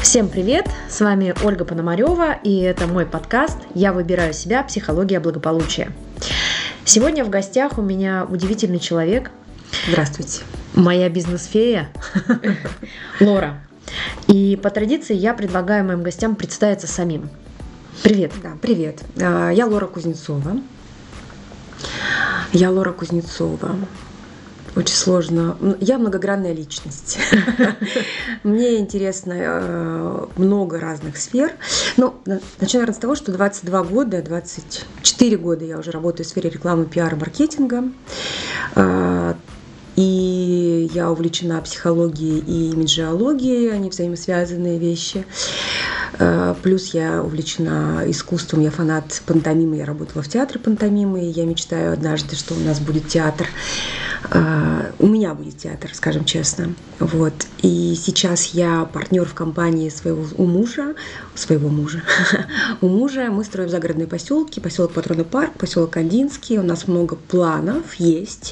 Всем привет! С вами Ольга Пономарева, и это мой подкаст «Я выбираю себя. Психология благополучия». Сегодня в гостях у меня удивительный человек. Здравствуйте. Моя бизнес-фея Лора. И по традиции я предлагаю моим гостям представиться самим. Привет. Да, привет. Я Лора Кузнецова. Очень сложно. Я многогранная личность. Мне интересно много разных сфер. Начну, наверное, с того, что 24 года я уже работаю в сфере рекламы, пиара, маркетинга. И я увлечена психологией и имиджиологией, они взаимосвязанные вещи. Плюс я увлечена искусством, я фанат пантомимы, я работала в театре пантомимы, и я мечтаю однажды, что у нас будет театр. У меня будет театр, скажем честно. Вот. И сейчас я партнер в компании у мужа. У мужа мы строим загородные поселки, поселок Патронный парк, поселок Кандинский. У нас много планов есть.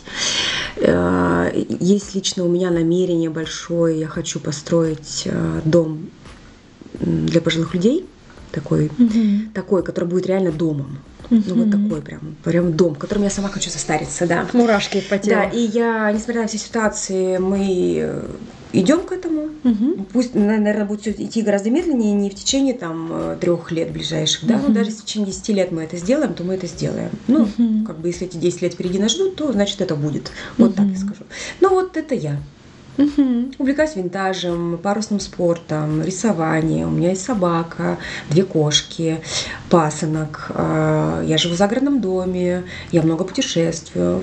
Есть лично у меня намерение большое, я хочу построить дом для пожилых людей, такой, который будет реально домом. Вот такой прям дом, в котором я сама хочу состариться, да. Мурашки по телу. Да, и я, несмотря на все ситуации, мы идем к этому. Пусть, наверное, будет все идти гораздо медленнее, не в течение 3 лет ближайших, да, но даже если в течение 10 лет мы это сделаем, то мы это сделаем. Если эти 10 лет впереди нас ждут, то значит это будет. Вот так я скажу. Вот это я. Увлекаюсь винтажем, парусным спортом, рисованием. У меня есть собака, 2 кошки, пасынок. Я живу в загородном доме, я много путешествую.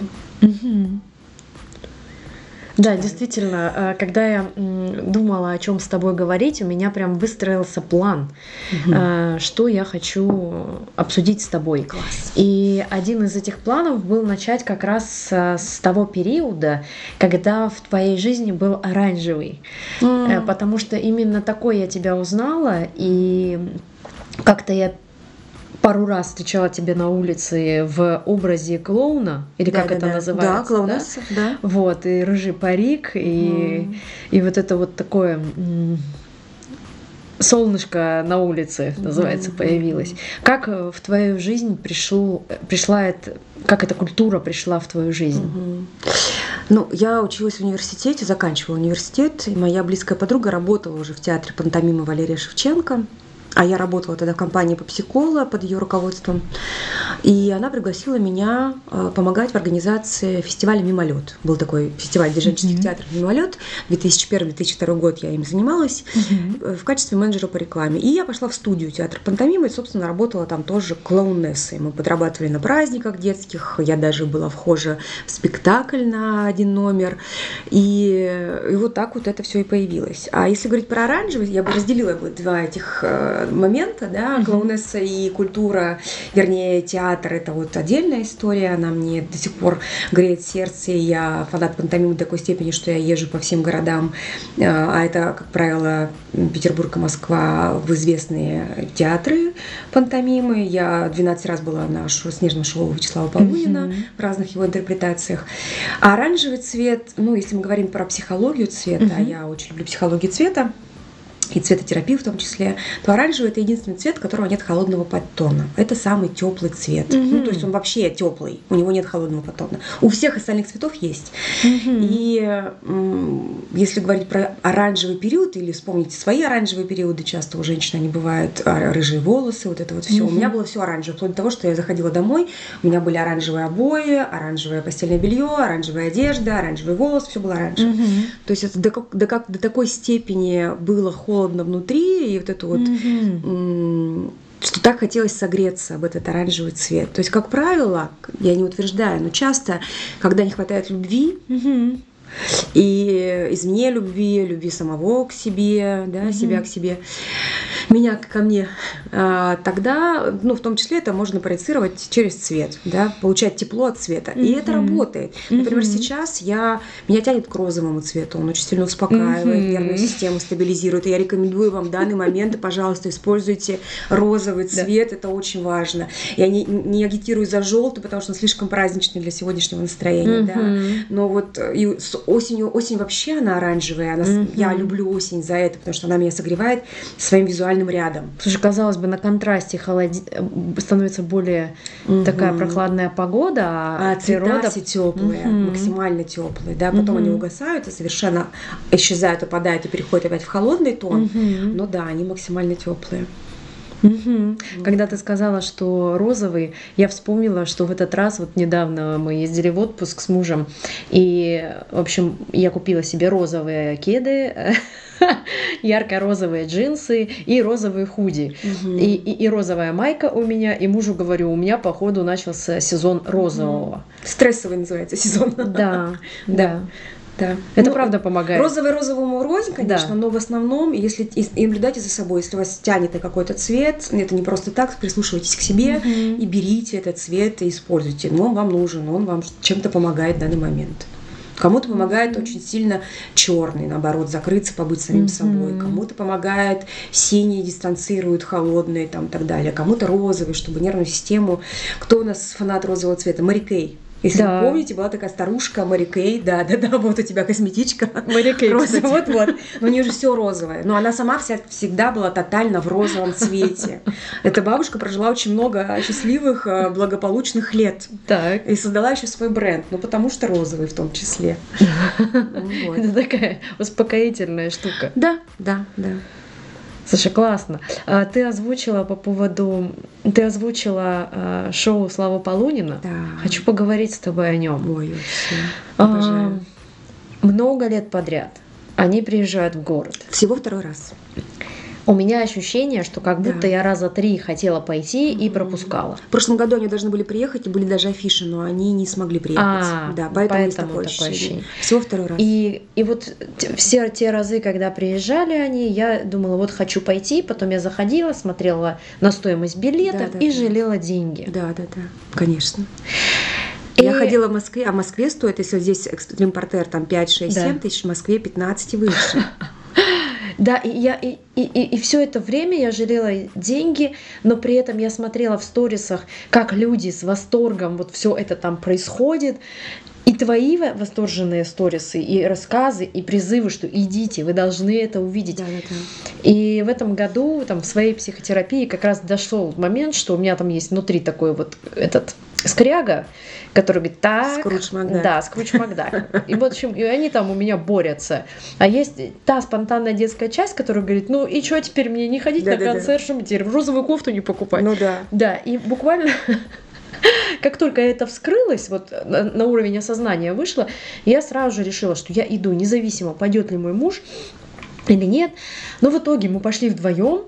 Да, действительно, когда я думала, о чем с тобой говорить, у меня прям выстроился план, что я хочу обсудить с тобой. Класс. И один из этих планов был начать как раз с того периода, когда в твоей жизни был оранжевый. Потому что именно такой я тебя узнала, и как-то я пару раз встречала тебя на улице в образе клоуна, или как это называется? Да, клоунесса, да. Вот, и рыжий парик, и вот это вот такое солнышко на улице, называется, появилось. Как в твою жизнь как эта культура пришла в твою жизнь? Я училась в университете, заканчивала университет, и моя близкая подруга работала уже в театре пантомимы Валерия Шевченко. А я работала тогда в компании Попсикола под ее руководством. И она пригласила меня помогать в организации фестиваля «Мимолет». Был такой фестиваль студенческих театров «Мимолет». 2001-2002 год я им занималась в качестве менеджера по рекламе. И я пошла в студию театра пантомимы и, собственно, работала там тоже клоунессой. Мы подрабатывали на праздниках детских. Я даже была вхожа в спектакль на 1 номер. И вот так вот это все и появилось. А если говорить про оранжевый, я бы разделила 2 этих момента, да, клоунесса и культура, вернее, театр, это вот отдельная история, она мне до сих пор греет сердце, и я фанат пантомимы до такой степени, что я езжу по всем городам, а это, как правило, Петербург и Москва, в известные театры пантомимы. Я 12 раз была на снежном шоу Вячеслава Полунина в разных его интерпретациях. А оранжевый цвет, если мы говорим про психологию цвета, я очень люблю психологию цвета, и цветотерапию в том числе, то оранжевый – это единственный цвет, у которого нет холодного подтона. Это самый теплый цвет. То есть он вообще теплый, у него нет холодного подтона. У всех остальных цветов есть. И если говорить про оранжевый период, или вспомните свои оранжевые периоды, часто у женщин они бывают рыжие волосы, вот это вот все. У меня было все оранжевое, вплоть до того, что я заходила домой, у меня были оранжевые обои, оранжевое постельное белье, оранжевая одежда, оранжевый волос, все было оранжевое. То есть это до такой степени было холодно внутри, и вот это вот, что так хотелось согреться об этот оранжевый цвет. То есть, как правило, я не утверждаю, но часто, когда не хватает любви, и извне любви самого к себе, да, себя к себе, меня ко мне, тогда, в том числе это можно проецировать через цвет, да, получать тепло от цвета. И это работает. Например, сейчас меня тянет к розовому цвету, он очень сильно успокаивает, нервную систему стабилизирует. И я рекомендую вам в данный момент, пожалуйста, используйте розовый цвет, это очень важно. Я не агитирую за желтый, потому что он слишком праздничный для сегодняшнего настроения, да. Но вот и осень вообще она оранжевая. Я люблю осень за это, потому что она меня согревает своим визуальным рядом. Слушай, казалось бы, на контрасте становится более такая прохладная погода, а природа все теплые, максимально теплые, да, потом они угасают и совершенно исчезают, опадают и переходят опять в холодный тон, но да, они максимально теплые. Когда ты сказала, что розовый, я вспомнила, что в этот раз, вот недавно мы ездили в отпуск с мужем, и, в общем, я купила себе розовые кеды, ярко-розовые джинсы и розовые худи. И розовая майка у меня, и мужу говорю, у меня, походу, начался сезон розового. Стрессовый называется сезон. Да, да. Да. Это правда помогает. Розовый розовому рознь, конечно, но в основном, если и наблюдайте за собой, если вас тянет на какой-то цвет, это не просто так, прислушивайтесь к себе и берите этот цвет и используйте. Но он вам нужен, он вам чем-то помогает в данный момент. Кому-то помогает очень сильно черный, наоборот, закрыться, побыть самим собой. Кому-то помогает синий, дистанцирует, холодный, там, и так далее. Кому-то розовый, чтобы нервную систему... Кто у нас фанат розового цвета? Мэри Кей. Если вы помните, была такая старушка Мэри Кей, да, вот у тебя косметичка. Мэри Кей, вот. Но у нее же все розовое. Но она сама всегда была тотально в розовом цвете. Эта бабушка прожила очень много счастливых, благополучных лет. Так. И создала еще свой бренд, потому что розовый в том числе. Это такая успокоительная штука. Да. Слушай, классно. Ты озвучила шоу Славы Полунина. Да. Хочу поговорить с тобой о нем. Ой, вообще. Обожаю. Много лет подряд они приезжают в город. Всего 2-й раз. У меня ощущение, что как будто я раза 3 хотела пойти и пропускала. В прошлом году они должны были приехать, и были даже афиши, но они не смогли приехать. Да, поэтому есть такое ощущение. Всего 2-й раз. И вот все те разы, когда приезжали они, я думала, вот хочу пойти, потом я заходила, смотрела на стоимость билетов и жалела деньги. Да, конечно. Я ходила в Москве, а в Москве стоит, если здесь Экстрим Партер там 5, 6, 7 тысяч, в Москве 15 и выше. Да, и все это время я жалела деньги, но при этом я смотрела в сторисах, как люди с восторгом, вот все это там происходит. И твои восторженные сторисы, и рассказы, и призывы, что идите, вы должны это увидеть. Да. И в этом году в своей психотерапии как раз дошел момент, что у меня там есть внутри такой вот этот скряга, который говорит, так... Скрудж Макдак. Да, Скрудж Макдак. И, в общем, и они там у меня борются. А есть та спонтанная детская часть, которая говорит, ну и что теперь мне не ходить на концерт, что мне теперь розовую кофту не покупать? Ну да. Да, и буквально... Как только это вскрылось, вот на уровень осознания вышло, я сразу же решила, что я иду, независимо, пойдет ли мой муж или нет. Но в итоге мы пошли вдвоем.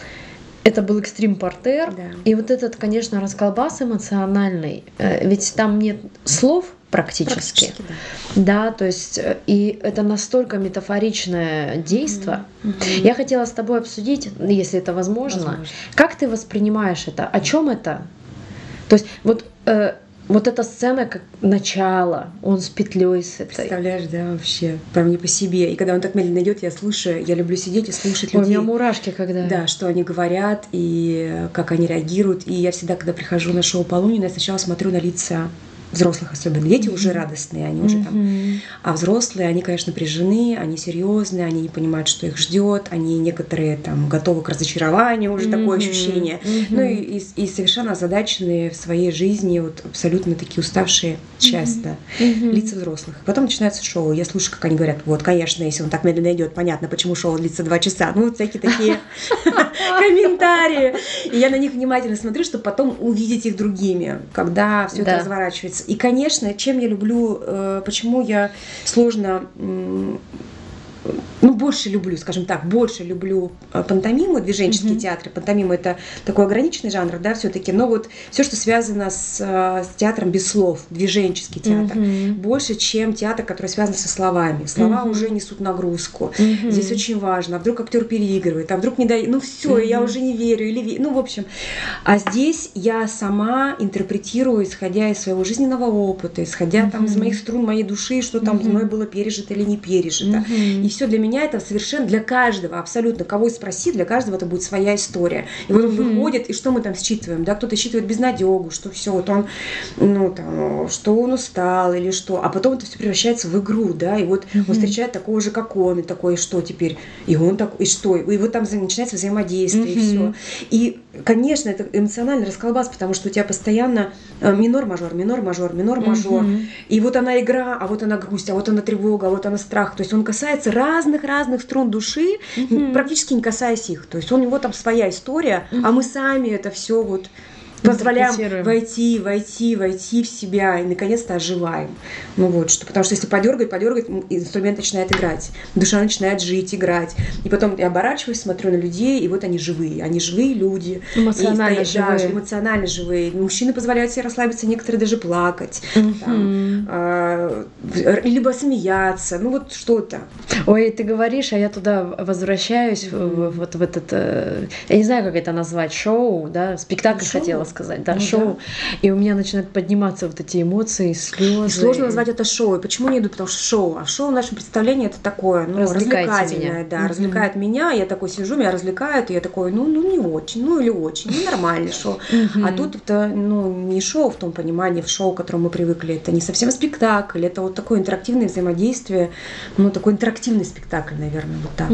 Это был Экстрим Партер. Да. И вот этот, конечно, расколбас эмоциональный. Ведь там нет слов практически. Да, то есть, и это настолько метафоричное действие. Я хотела с тобой обсудить, если это возможно. Как ты воспринимаешь это? О чем это? То есть вот эта сцена как начало, он с петлей с этой. Представляешь, да, вообще, прям не по себе. И когда он так медленно идет, я слушаю, я люблю сидеть и слушать людей. У меня мурашки, когда... Да, что они говорят и как они реагируют. И я всегда, когда прихожу на шоу Полунина, я сначала смотрю на лица взрослых особенно. Дети уже радостные, они уже там. А взрослые, они, конечно, напряжены, они серьезные, они не понимают, что их ждет, они некоторые там готовы к разочарованию, уже такое ощущение. Ну и совершенно озадаченные в своей жизни, вот абсолютно такие уставшие часто лица взрослых. Потом начинается шоу. Я слушаю, как они говорят, вот, конечно, если он так медленно идет, понятно, почему шоу длится 2 часа. Ну, вот всякие такие комментарии. И я на них внимательно смотрю, чтобы потом увидеть их другими, когда все это разворачивается. И, конечно, чем я люблю, почему я сложно, больше люблю, скажем так, больше люблю пантомиму, движенческие театры. Пантомима — это такой ограниченный жанр, да, все-таки, но вот все, что связано с театром без слов, движенческий театр, больше, чем театр, который связан со словами. Слова уже несут нагрузку. Здесь очень важно. А вдруг актер переигрывает, а вдруг не дает, ну все, я уже не верю, в общем. А здесь я сама интерпретирую, исходя из своего жизненного опыта, исходя там из моих струн, моей души, что там мной было пережито или не пережито. И все для меня это совершенно для каждого, абсолютно, кого спроси, для каждого это будет своя история. И вот он выходит, и что мы там считываем, да, кто-то считывает безнадегу, что все, вот он, ну, там, что он устал или что, а потом это все превращается в игру, да, и вот он встречает такого же, как он, и такой, и что теперь, и он такой, и что, и вот там начинается взаимодействие, и все. И, конечно, это эмоциональный расколбас, потому что у тебя постоянно минор-мажор, минор-мажор, минор-мажор, и вот она игра, а вот она грусть, а вот она тревога, а вот она страх, то есть он касается разных струн души, практически не касаясь их, то есть у него там своя история, а мы сами это все вот позволяем войти в себя и наконец-то оживаем. Ну вот что, потому что если подергать, инструмент начинает играть, душа начинает жить, играть. И потом я оборачиваюсь, смотрю на людей, и вот они живые люди. Эмоционально живые. Да, эмоционально живые. Мужчины позволяют себе расслабиться, некоторые даже плакать. Либо смеяться, ну вот что-то. Ой, ты говоришь, а я туда возвращаюсь, вот в этот, я не знаю, как это назвать, шоу, да, спектакль хотела сказать, да, шоу. Да. И у меня начинают подниматься вот эти эмоции, слезы. И сложно назвать это шоу. И почему не иду? Потому что шоу. А шоу в нашем представлении это такое, ну, развлекательное, да, развлекает меня. Я такой сижу, меня развлекают, и я такой, ну не очень, ну или очень, ну нормальное шоу. А тут это, ну, не шоу в том понимании, в шоу, к которому мы привыкли. Это не совсем спектакль, это вот такое интерактивное взаимодействие, ну, такой интерактивный спектакль, наверное, вот так.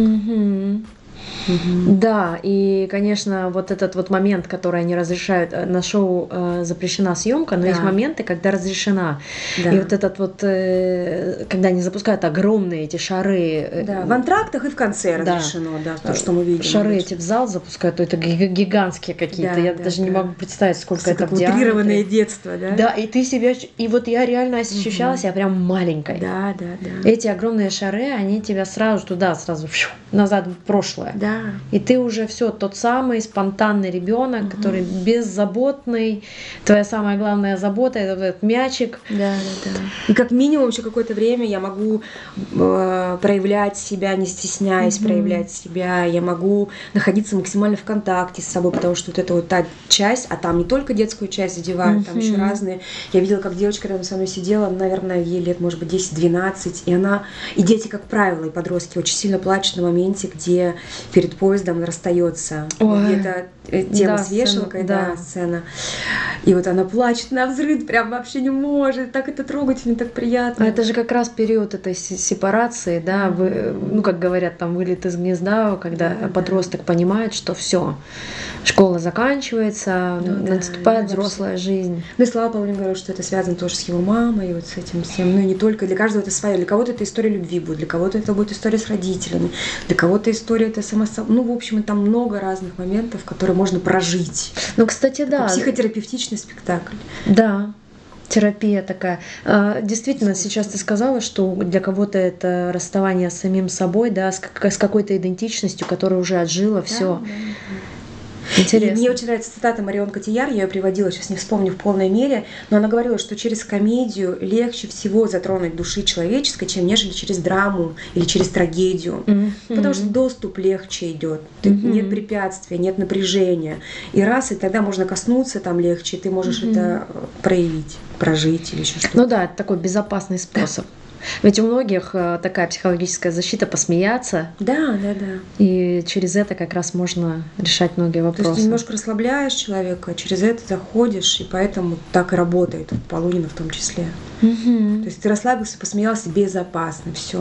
Да, и, конечно, вот этот вот момент, который они разрешают, на шоу запрещена съемка, но есть моменты, когда разрешена. Да. И вот этот вот, когда они запускают огромные эти шары. Да, в антрактах и в конце разрешено, да, то, что мы видим. Шары эти в зал запускают, то это гигантские какие-то. Я даже не могу представить, сколько это в диаметре. Утрированное детство, да? Да, и ты себя, и вот я реально ощущала себя прям маленькой. Да. Эти огромные шары, они тебя сразу туда, назад в прошлое. Да. И ты уже все тот самый спонтанный ребенок, который беззаботный. Твоя самая главная забота — это этот мячик. Да. И как минимум еще какое-то время я могу проявлять себя, не стесняясь проявлять себя. Я могу находиться максимально в контакте с собой, потому что вот это вот та часть, а там не только детскую часть задевают, там еще разные. Я видела, как девочка рядом со мной сидела, наверное, ей лет, может быть, 10-12, и дети, как правило, и подростки очень сильно плачут на моменте, где перед поездом расстается. Где-то тема с вешалкой, сцена. И вот она плачет на взрыв, прям вообще не может. Так это трогательно, так приятно. Это же как раз период этой сепарации, да, ну, как говорят, там вылет из гнезда, когда подросток понимает, что все, школа заканчивается, наступает взрослая жизнь. Ну и Слава Павловна говорила, что это связано тоже с его мамой, и вот с этим всем. Ну и не только, для каждого это свое. Для кого-то это история любви будет, для кого-то это будет история с родителями, для кого-то история это ну, в общем, там много разных моментов, которые можно прожить. Ну, кстати, да. Психотерапевтичный спектакль. Да. Терапия такая. Действительно, сейчас ты сказала, что для кого-то это расставание с самим собой, да, с какой-то идентичностью, которая уже отжила все. Интересно. И мне очень нравится цитата Марион Котияр, я ее приводила, сейчас не вспомню в полной мере, но она говорила, что через комедию легче всего затронуть души человеческой, чем нежели через драму или через трагедию. Потому что доступ легче идет, нет препятствия, нет напряжения. И тогда можно коснуться там легче, ты можешь это проявить, прожить или еще что-то. Ну да, это такой безопасный способ. Ведь у многих такая психологическая защита — посмеяться. Да. И через это как раз можно решать многие вопросы. То есть ты немножко расслабляешь человека, через это заходишь, и поэтому так и работает Полунина в том числе. То есть ты расслабился, посмеялся, безопасно, все.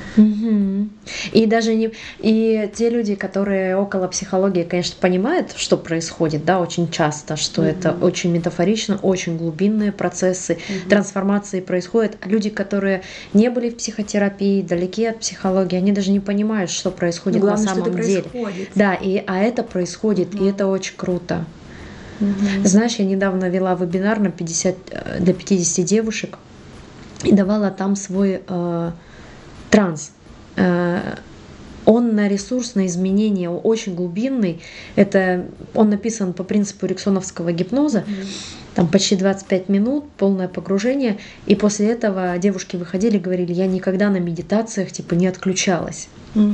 И даже и те люди, которые около психологии, конечно, понимают, что происходит, да, очень часто, что это очень метафорично, очень глубинные процессы трансформации происходят. А люди, которые не были в психотерапии, далеки от психологии, они даже не понимают, что происходит на самом деле. Да, а это происходит, и это очень круто. Знаешь, я недавно вела вебинар для 50 девушек и давала там свой транс. Он на ресурс, на изменения, очень глубинный. Он написан по принципу эриксоновского гипноза. Там почти 25 минут, полное погружение. И после этого девушки выходили и говорили: я никогда на медитациях не отключалась.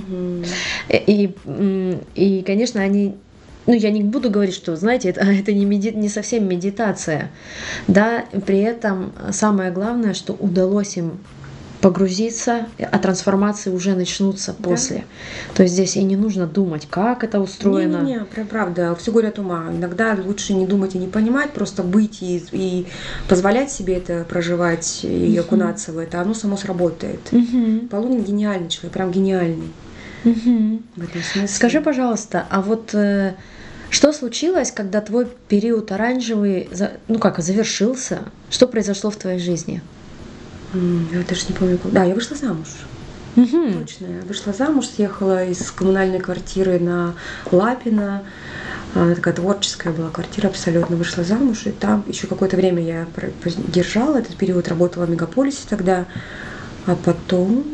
И, конечно, они... Ну, я не буду говорить, что, знаете, это не совсем медитация. Да, при этом самое главное, что удалось им погрузиться, а трансформации уже начнутся после. То есть здесь и не нужно думать, как это устроено. Не, правда, все горе от ума. Иногда лучше не думать и не понимать, просто быть и позволять себе это проживать и окунаться в это, оно само сработает. Полунин гениальный человек, прям гениальный. В этом смысле. Скажи, пожалуйста, а вот что случилось, когда твой период оранжевый, завершился? Что произошло в твоей жизни? Я даже не помню. Да, я вышла замуж. Точно. Я вышла замуж, съехала из коммунальной квартиры на Лапино. Такая творческая была квартира абсолютно. Вышла замуж, и там еще какое-то время я держала этот период, работала в мегаполисе тогда. А потом,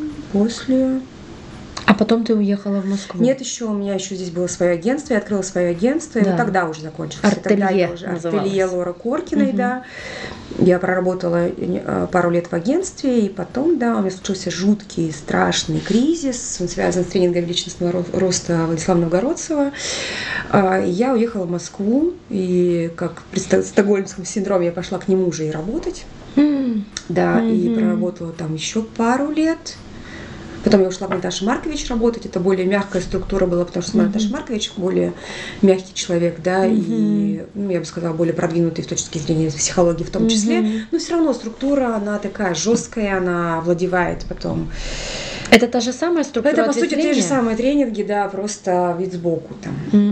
А потом ты уехала в Москву? Нет, еще у меня еще здесь было свое агентство, я открыла свое агентство, и вот тогда уже закончилось. Артелье Лоры Коркиной, да. Я проработала пару лет в агентстве, и потом, у меня случился жуткий, страшный кризис, он связан с тренингом личностного роста Владислава Новгородцева. Я уехала в Москву, и как при стокгольмском синдроме я пошла к нему же и работать. Да, и проработала там еще пару лет. Потом я ушла к Наташе Маркович работать, это более мягкая структура была, потому что Наташа Маркович более мягкий человек, да, и, я бы сказала, более продвинутый с точки зрения психологии в том числе, но все равно структура, она такая жесткая, она овладевает потом. Это та же самая структура? Это, по сути, те же самые тренинги, да, просто вид сбоку там.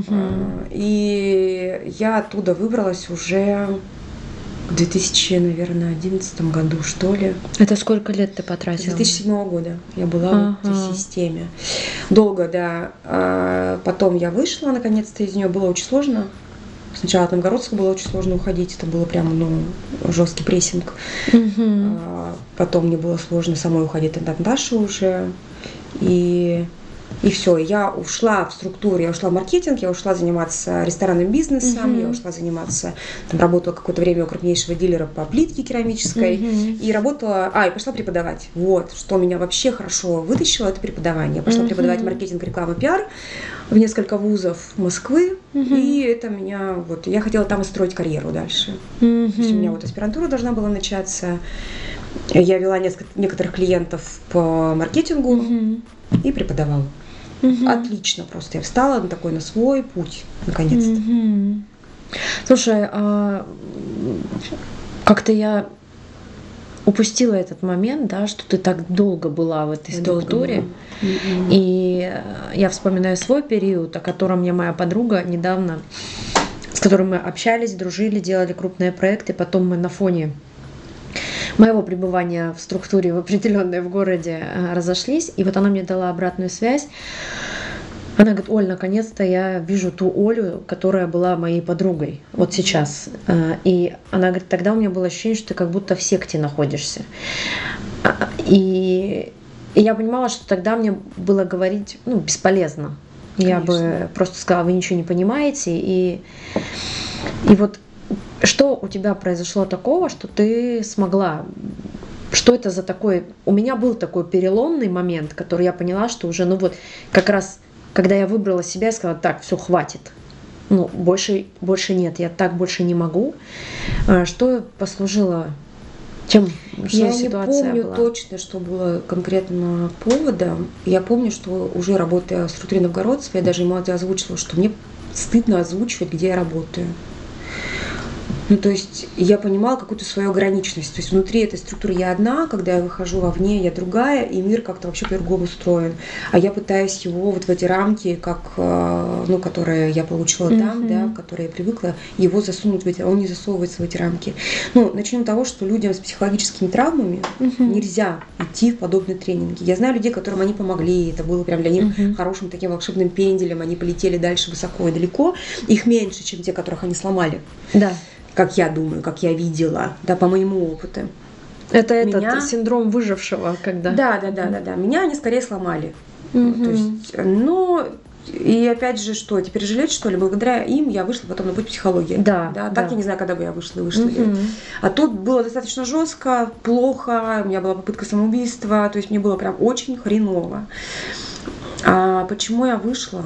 И я оттуда выбралась уже в 2011 году, что ли. Это сколько лет ты потратила? С 2007 года я была в этой системе. Долго, да. Потом я вышла, наконец-то, из нее. Было очень сложно. Сначала от Новгородского было очень сложно уходить. Это было прям, жесткий прессинг. Потом мне было сложно самой уходить от Наташи уже. И все, я ушла в структуру, я ушла в маркетинг, я ушла заниматься ресторанным бизнесом, я ушла заниматься, там работала какое-то время у крупнейшего дилера по плитке керамической, и работала, и пошла преподавать. Вот, что меня вообще хорошо вытащило, это преподавание. Я пошла преподавать маркетинг, рекламу, пиар в несколько вузов Москвы, и это меня, я хотела там строить карьеру дальше. То есть у меня аспирантура должна была начаться, я вела некоторых клиентов по маркетингу и преподавала. Отлично просто. Я встала на свой путь, наконец-то. Слушай, как-то я упустила этот момент, да, что ты так долго была в этой структуре. И я вспоминаю свой период, о котором мне моя подруга недавно, с которой мы общались, дружили, делали крупные проекты. Потом мы на фоне моего пребывания в структуре в определенной в городе разошлись, и вот она мне дала обратную связь. Она говорит: Оль, наконец-то я вижу ту Олю, которая была моей подругой вот сейчас. И она говорит: тогда у меня было ощущение, что ты как будто в секте находишься. И я понимала, что тогда мне было говорить бесполезно. Я бы просто сказала: вы ничего не понимаете. И вот что у тебя произошло такого, что ты смогла? Что это за такой? У меня был такой переломный момент, который я поняла, что уже, как раз, когда я выбрала себя, я сказала: так, все, хватит. Больше нет, я так больше не могу. Что послужило? Что ситуация не помню была? Точно, что было конкретно поводом. Я помню, что уже работая в структуре Новгородцева, я даже ему озвучила, что мне стыдно озвучивать, где я работаю. То есть я понимала какую-то свою ограниченность. То есть внутри этой структуры я одна, когда я выхожу вовне, я другая, и мир как-то вообще по-другому устроен. А я пытаюсь его в эти рамки, которые я получила там, да, в которые я привыкла, его засунуть в эти, а он не засовывается в эти рамки. Начнем с того, что людям с психологическими травмами нельзя идти в подобные тренинги. Я знаю людей, которым они помогли, это было прям для них хорошим таким волшебным пенделем, они полетели дальше высоко и далеко. Их меньше, чем те, которых они сломали. Да. Как я думаю, как я видела, да, по моему опыту. Это этот синдром выжившего, когда... Да. Меня они скорее сломали. То есть, и опять же, что, теперь жалеть, что ли? Благодаря им я вышла потом на путь психологии. Да. Так я не знаю, когда бы я вышла. А тут было достаточно жестко, плохо, у меня была попытка самоубийства, то есть мне было прям очень хреново. А почему я вышла?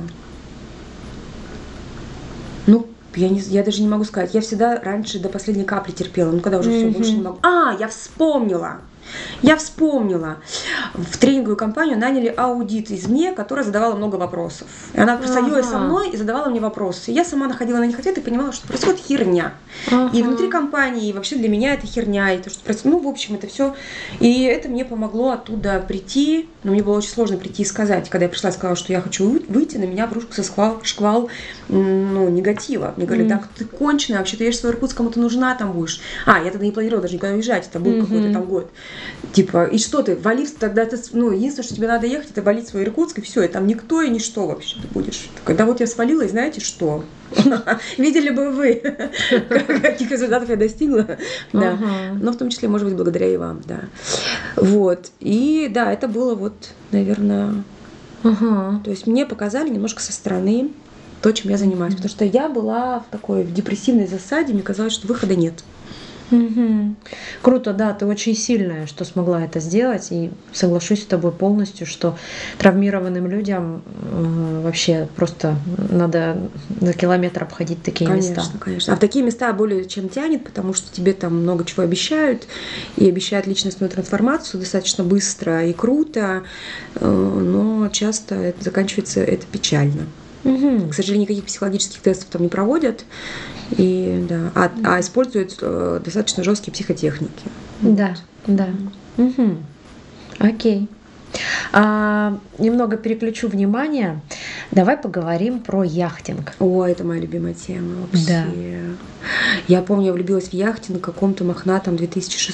Я даже не могу сказать. Я всегда раньше до последней капли терпела. Когда уже все больше не могу. Я вспомнила. Я вспомнила, в тренинговую компанию наняли аудит извне, которая задавала много вопросов. И она садилась со мной и задавала мне вопросы. И я сама находила на них ответы и понимала, что происходит херня. И внутри компании, и вообще для меня это херня. И то, что происходит, ну, в общем, это все. И это мне помогло оттуда прийти. Но мне было очень сложно прийти и сказать. Когда я пришла и сказала, что я хочу выйти, на меня обрушился шквал негатива. Мне говорили, так ты конченая, вообще ты едешь в Иркутск, кому-то нужна там будешь. Я тогда не планировала даже никуда уезжать, это был какой-то там год. Типа, и что ты, вали, тогда ты, единственное, что тебе надо ехать, это валить свой Иркутск, и все, и там никто и ничто вообще ты будешь. Когда вот я свалила, и знаете что? Видели бы вы, каких результатов я достигла. Да. Но в том числе, может быть, благодаря и вам, да. Вот. И да, это было вот, наверное, то есть мне показали немножко со стороны то, чем я занимаюсь. Потому что я была в депрессивной засаде, мне казалось, что выхода нет. Круто, да, ты очень сильная, что смогла это сделать, и соглашусь с тобой полностью, что травмированным людям вообще просто надо за километр обходить такие места. Конечно. А в такие места более чем тянет, потому что тебе там много чего обещают, и обещают личностную трансформацию достаточно быстро и круто, но часто это заканчивается печально. К сожалению, никаких психологических тестов там не проводят, и, да, а используют достаточно жесткие психотехники. Да, да. Окей. Немного переключу внимание. Давай поговорим про яхтинг. Это моя любимая тема вообще. Да. Я помню, я влюбилась в яхтинг в каком-то мохнатом 2006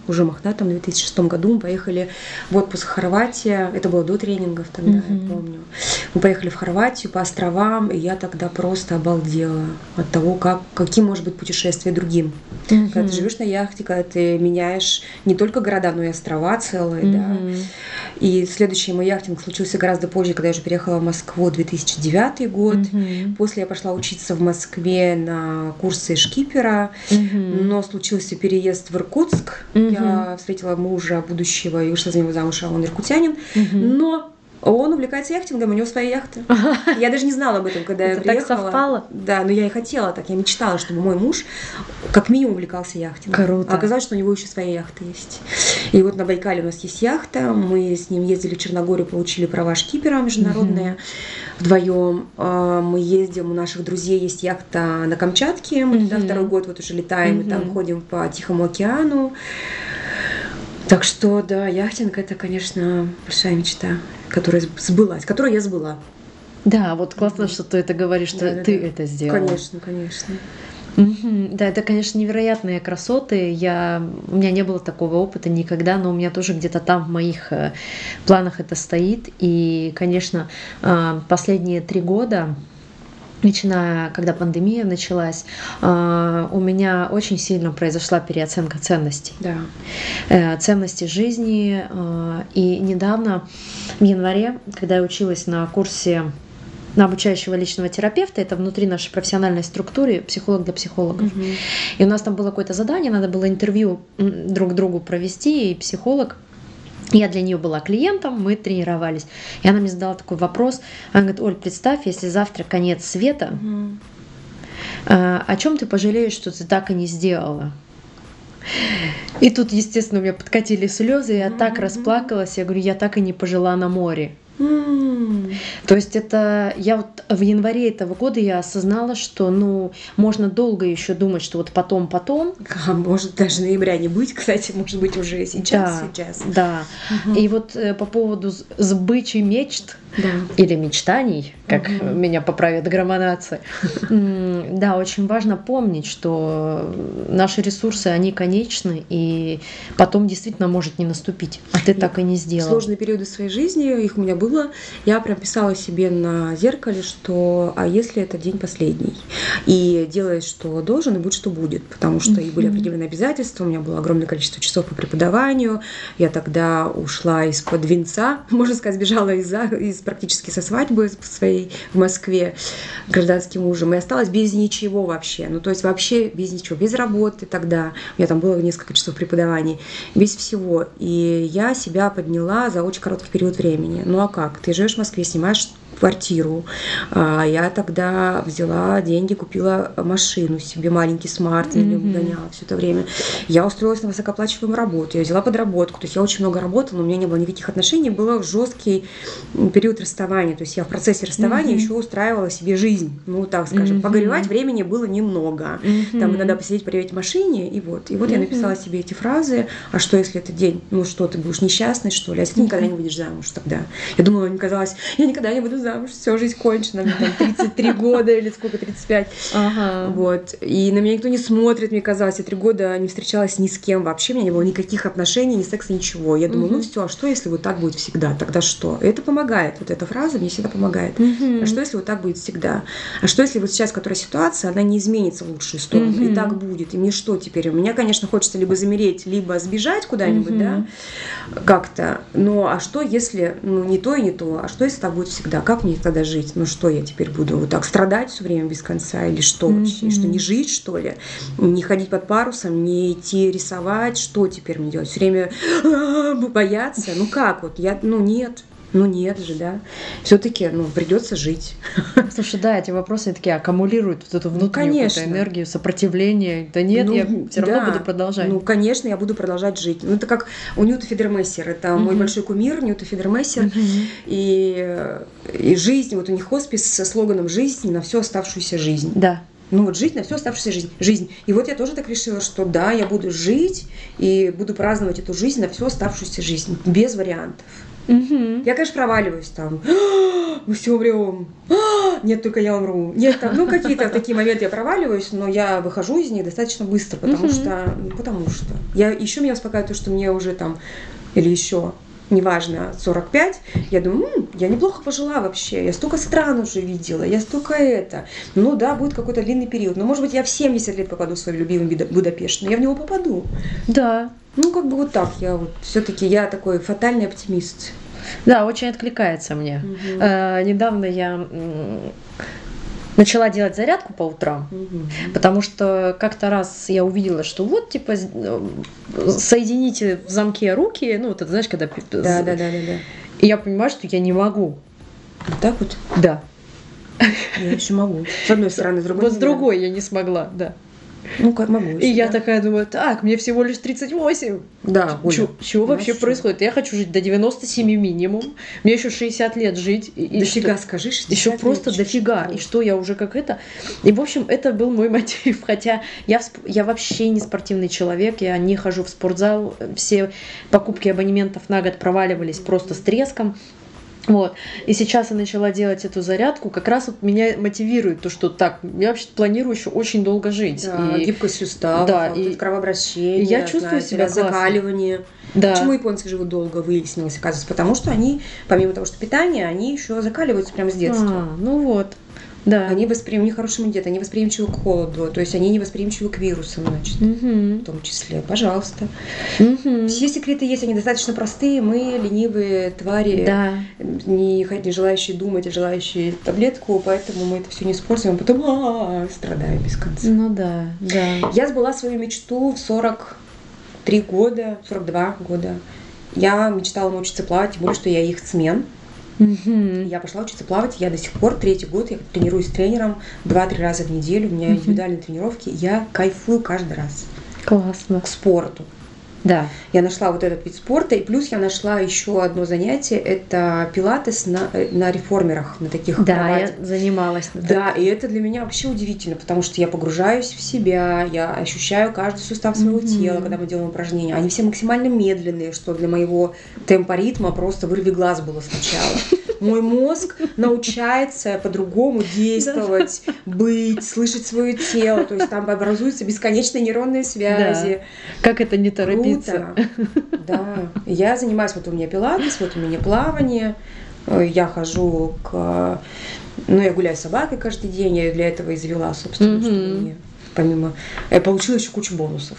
году. Мы поехали в отпуск в Хорватию. Это было до тренингов тогда, я помню. Мы поехали в Хорватию по островам, и я тогда просто обалдела от того, каким может быть путешествие другим. Когда ты живешь на яхте, когда ты меняешь не только города, но и острова целые, да. И следующий мой яхтинг случился гораздо позже, когда я уже переехала в Москву, 2009 год. После я пошла учиться в Москве на курсы шкипера, но случился переезд в Иркутск. Я встретила мужа будущего и вышла за него замуж, а он иркутянин. Но он увлекается яхтингом, у него своя яхта. Я даже не знала об этом, когда я приехала. Так совпало? Да, но я и хотела так. Я мечтала, чтобы мой муж как минимум увлекался яхтингом. Круто. А оказалось, что у него еще своя яхта есть. И вот на Байкале у нас есть яхта. Мы с ним ездили в Черногорию, получили права шкипера международные. Вдвоем мы ездим, у наших друзей есть яхта на Камчатке. Мы туда второй год вот уже летаем, и там ходим по Тихому океану. Так что, да, яхтинг – это, конечно, большая мечта, которая я сбыла. Да, вот классно, что ты это говоришь, что ты это сделала. Конечно. Да, это, конечно, невероятные красоты. У меня не было такого опыта никогда, но у меня тоже где-то там в моих планах это стоит. И, конечно, последние 3 года, начиная, когда пандемия началась, у меня очень сильно произошла переоценка ценностей. Да. Ценности жизни. И недавно, в январе, когда я училась на курсе на обучающего личного терапевта, это внутри нашей профессиональной структуры, психолог для психологов. И у нас там было какое-то задание, надо было интервью друг другу провести, и психолог, я для нее была клиентом, мы тренировались. И она мне задала такой вопрос. Она говорит: Оль, представь, если завтра конец света, о чем ты пожалеешь, что ты так и не сделала? И тут, естественно, у меня подкатили слезы, я так расплакалась, я говорю, я так и не пожила на море. То есть это я вот в январе этого года я осознала, что можно долго еще думать, что вот потом. А может даже ноября не быть, кстати, может быть уже сейчас. Да. И вот по поводу сбычи мечт или мечтаний, как меня поправят громонации, да, очень важно помнить, что наши ресурсы, они конечны, и потом действительно может не наступить, а ты так и не сделал. Сложные периоды своей жизни, их у меня было, я прям писала себе на зеркале, что а если это день последний, и делаешь, что должен, и будет, что будет, потому что и были определенные обязательства, у меня было огромное количество часов по преподаванию, я тогда ушла из-под венца, можно сказать, сбежала практически со свадьбы своей в Москве гражданским мужем, и осталась без ничего вообще, то есть вообще без ничего, без работы тогда, у меня там было несколько часов преподаваний, без всего, и я себя подняла за очень короткий период времени. Ну а как? Ты живешь в Москве, снимаешь квартиру. Я тогда взяла деньги, купила машину себе, маленький смарт, на нем гоняла все это время. Я устроилась на высокооплачиваемую работу, я взяла подработку, то есть я очень много работала, но у меня не было никаких отношений, был жесткий период расставания, то есть я в процессе расставания еще устраивала себе жизнь, ну так скажем, погоревать времени было немного, там иногда посидеть, проверить в машине, и вот я написала себе эти фразы, а что если это день, ну что, ты будешь несчастной, что ли, а если ты никогда не выйдешь замуж тогда? Я думала, мне казалось, я никогда не буду замуж, все, жизнь кончена, мне там 33 года или сколько, 35. Вот. И на меня никто не смотрит, мне казалось, я 3 года не встречалась ни с кем вообще, у меня не было никаких отношений, ни секса, ничего. Я думала, ну все, а что если вот так будет всегда? Тогда что? И это помогает, вот эта фраза мне всегда помогает. А что если вот так будет всегда? А что если вот сейчас, которая ситуация, она не изменится в лучшую сторону, и так будет, и мне что теперь? У меня, конечно, хочется либо замереть, либо сбежать куда-нибудь, да, как-то. Но а что если, ну, не то и не то? А что если так будет всегда? Как мне тогда жить? Ну что, я теперь буду вот так страдать все время без конца? Или что вообще? Что, не жить, что ли? Не ходить под парусом, не идти рисовать? Что теперь мне делать? Все время бояться? Ну как вот? Нет же, да. Все-таки, придется жить. Слушай, да, эти вопросы такие аккумулируют вот эту внутреннюю энергию, сопротивление. Да нет, я все равно буду продолжать. Ну, конечно, я буду продолжать жить. Ну, это как у Ньюта Фидермессера. Это мой большой кумир, Ньюта Фидермессер. И жизнь, вот у них хоспис со слоганом «Жизнь на всю оставшуюся жизнь». Да. Ну вот жить на всю оставшуюся жизнь. И вот я тоже так решила, что да, я буду жить и буду праздновать эту жизнь на всю оставшуюся жизнь. Без вариантов. Я, конечно, проваливаюсь там. Мы все умрем. Нет, только я умру. Нет, там, какие-то такие моменты я проваливаюсь, но я выхожу из них достаточно быстро, потому что. Еще меня успокаивает то, что мне уже там, или еще, неважно, 45, я думаю, я неплохо пожила вообще, я столько стран уже видела, я столько это. Ну да, будет какой-то длинный период, но может быть я в 70 лет попаду в свой любимый Будапешт, но я в него попаду. Да. Ну, как бы вот так, все-таки я такой фатальный оптимист. Да, очень откликается мне. Недавно я начала делать зарядку по утрам, потому что как-то раз я увидела, что вот, типа, соедините в замке руки, ну, вот это, знаешь, когда... Да. И я понимаю, что я не могу. Вот так вот? Да. Я еще могу. С одной стороны, с другой. Вот с другой я не смогла, да. Ну, как могу. И я такая думаю, так, мне всего лишь 38. Да, Оля. Чего вообще происходит? Я хочу жить до 97 минимум. Мне еще 60 лет жить. Дофига, скажи, 60 еще лет. Еще просто дофига. И что, я уже как это? И, в общем, это был мой мотив. Хотя я вообще не спортивный человек, я не хожу в спортзал. Все покупки абонементов на год проваливались просто с треском. Вот. И сейчас я начала делать эту зарядку, как раз вот меня мотивирует то, что так, я вообще планирую еще очень долго жить. Да, и гибкость суставов, да, и кровообращение, я чувствую себя закаливание. Да. Почему японцы живут долго, выяснилось, оказывается? Потому что они, помимо того, что питание, они еще закаливаются прямо с детства. Ну вот. Да. У них хороший иммунитет, они восприимчивы к холоду, то есть они не восприимчивы к вирусам, значит, в том числе. Пожалуйста. Все секреты есть, они достаточно простые, мы ленивые твари, не желающие думать, а желающие таблетку, поэтому мы это все не используем, а потом страдаем без конца. Ну да. Я сбыла свою мечту в 43 года, 42 года. Я мечтала научиться плавать, тем более, что я яхтсмен. Я пошла учиться плавать, я до сих пор 3-й год, я тренируюсь с тренером 2-3 раза в неделю, у меня индивидуальные тренировки, я кайфую каждый раз. Классно. К спорту. Да. Я нашла вот этот вид спорта, и плюс я нашла еще одно занятие, это пилатес на реформерах, на таких кроватях. Я занималась. Да, и это для меня вообще удивительно, потому что я погружаюсь в себя, я ощущаю каждый сустав своего тела, когда мы делаем упражнения. Они все максимально медленные, что для моего темпоритма просто вырви глаз было сначала. Мой мозг научается по-другому действовать, быть, слышать свое тело. То есть там образуются бесконечные нейронные связи. Да. Как это не торопиться? Круто. Да. Я занимаюсь, вот у меня пилатес, вот у меня плавание. Я хожу я гуляю с собакой каждый день. Я ее для этого и завела, собственно, чтобы мне помимо... Я получила еще кучу бонусов.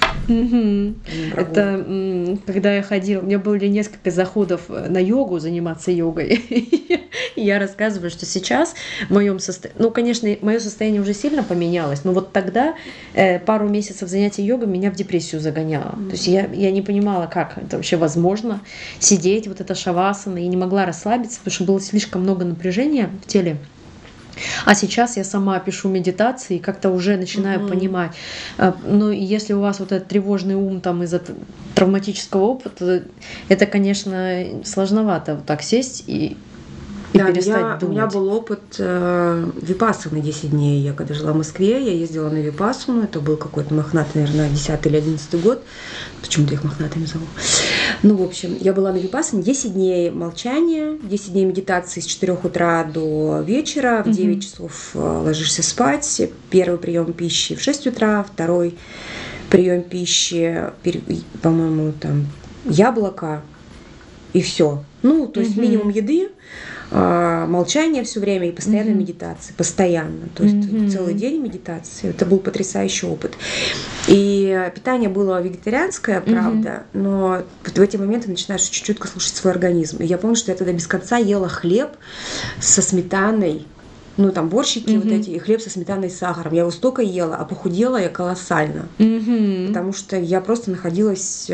Это когда я ходила, у меня были несколько заходов на йогу, заниматься йогой. И я рассказываю, что сейчас в моем состоянии... Ну, конечно, мое состояние уже сильно поменялось, но вот тогда пару месяцев занятий йогой меня в депрессию загоняло. То есть я не понимала, как это вообще возможно, сидеть, вот это шавасана, и не могла расслабиться, потому что было слишком много напряжения в теле. А сейчас я сама пишу медитации и как-то уже начинаю понимать. Ну, и если у вас вот этот тревожный ум там из-за травматического опыта, это, конечно, сложновато вот так сесть и перестать думать. У меня был опыт випассаны 10 дней. Я когда жила в Москве, я ездила на випассану. Это был какой-то Мохнат, наверное, 10 или 11 год. Почему-то их Мохнатами зову. Ну, в общем, я была на випассане 10 дней молчания, 10 дней медитации с 4 утра до вечера. В 9 часов ложишься спать. Первый прием пищи в 6 утра, второй прием пищи, по-моему, там яблоко и все. Ну, то есть минимум еды, молчание все время и постоянная медитация. Постоянно. То есть целый день медитации. Это был потрясающий опыт. И питание было вегетарианское, правда, но в эти моменты начинаешь очень чутко слушать свой организм. И я помню, что я тогда без конца ела хлеб со сметаной. Ну, там борщики вот эти, и хлеб со сметаной и сахаром. Я его столько ела, а похудела я колоссально. Потому что я просто находилась...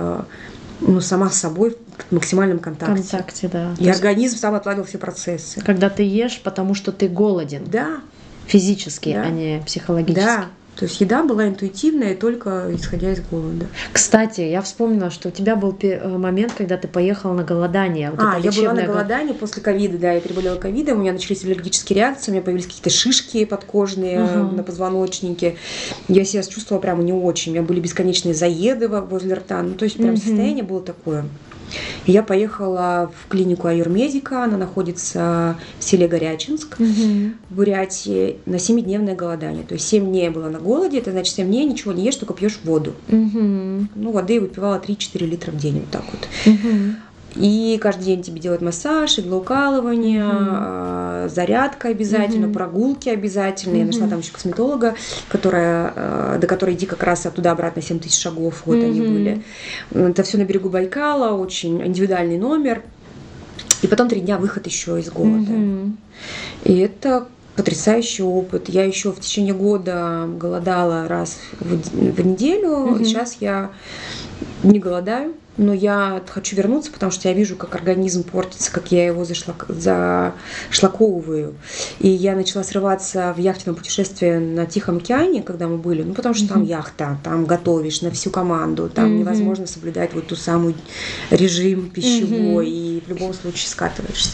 сама с собой в максимальном контакте. Да. И организм сам отладил все процессы. Когда ты ешь, потому что ты голоден. Да. Физически, да. а не психологически. Да. То есть еда была интуитивная, только исходя из голода. Кстати, я вспомнила, что у тебя был момент, когда ты поехала на голодание. Вот я была на голодании после ковида, да, я переболела ковидом, у меня начались аллергические реакции, у меня появились какие-то шишки подкожные на позвоночнике. Я себя чувствовала прямо не очень, у меня были бесконечные заеды возле рта, ну то есть прям состояние было такое. И я поехала в клинику аюрмедика, она находится в селе Горячинск, в Бурятии, на 7-дневное голодание. То есть 7 дней я была на голоде, это значит 7 дней ничего не ешь, только пьешь воду. Ну, воды я выпивала 3-4 литра в день, вот так вот. И каждый день тебе делают массаж, иглоукалывание, зарядка обязательно, прогулки обязательно. Я нашла там еще косметолога, до которой иди как раз оттуда-обратно 7 тысяч шагов, вот они были. Это все на берегу Байкала, очень индивидуальный номер. И потом 3 дня выход еще из голода. И это потрясающий опыт. Я еще в течение года голодала раз в неделю. Сейчас я не голодаю. Но я хочу вернуться, потому что я вижу, как организм портится, как я его зашлаковываю. И я начала срываться в яхтенном путешествии на Тихом океане, когда мы были. Ну, потому что там яхта, там готовишь на всю команду, там невозможно соблюдать вот ту самую режим пищевой, и в любом случае скатываешься.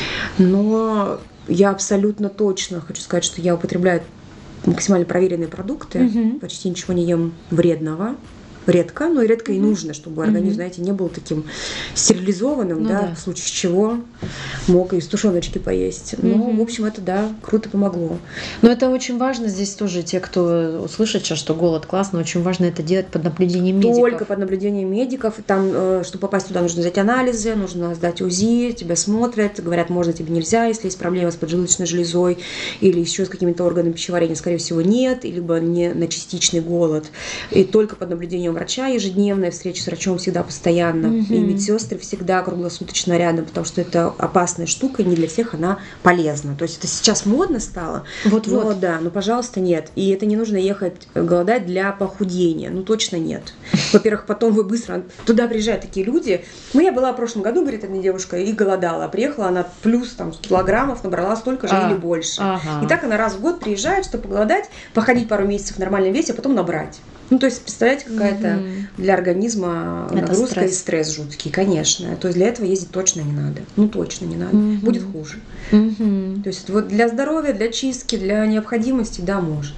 Но я абсолютно точно хочу сказать, что я употребляю максимально проверенные продукты, почти ничего не ем вредного. Редко, но и редко и нужно, чтобы организм, знаете, не был таким стерилизованным, в случае чего мог и из тушеночки поесть. Ну, в общем, это, да, круто помогло. Но это очень важно здесь тоже, те, кто услышит сейчас, что голод классно, очень важно это делать под наблюдением медиков. Только под наблюдением медиков. Там, чтобы попасть туда, нужно взять анализы, нужно сдать УЗИ, тебя смотрят, говорят, можно, тебе нельзя, если есть проблемы с поджелудочной железой или еще с какими-то органами пищеварения, скорее всего, нет, либо не на частичный голод. И только под наблюдением врача, ежедневная встреча с врачом всегда постоянно, и медсестры всегда круглосуточно рядом, потому что это опасная штука, и не для всех она полезна. То есть это сейчас модно стало, но да, но пожалуйста, нет. И это не нужно ехать голодать для похудения, ну точно нет. Во-первых, потом вы быстро, туда приезжают такие люди. Я была в прошлом году, говорит одна девушка, и голодала. Приехала она плюс там килограммов, набрала столько же или больше. И так она раз в год приезжает, чтобы поголодать, походить пару месяцев в нормальном весе, а потом набрать. Ну, то есть, представляете, какая-то для организма нагрузка и стресс жуткий, конечно. То есть, для этого ездить точно не надо. Ну, точно не надо. Будет хуже. То есть, вот для здоровья, для чистки, для необходимости, да, можно.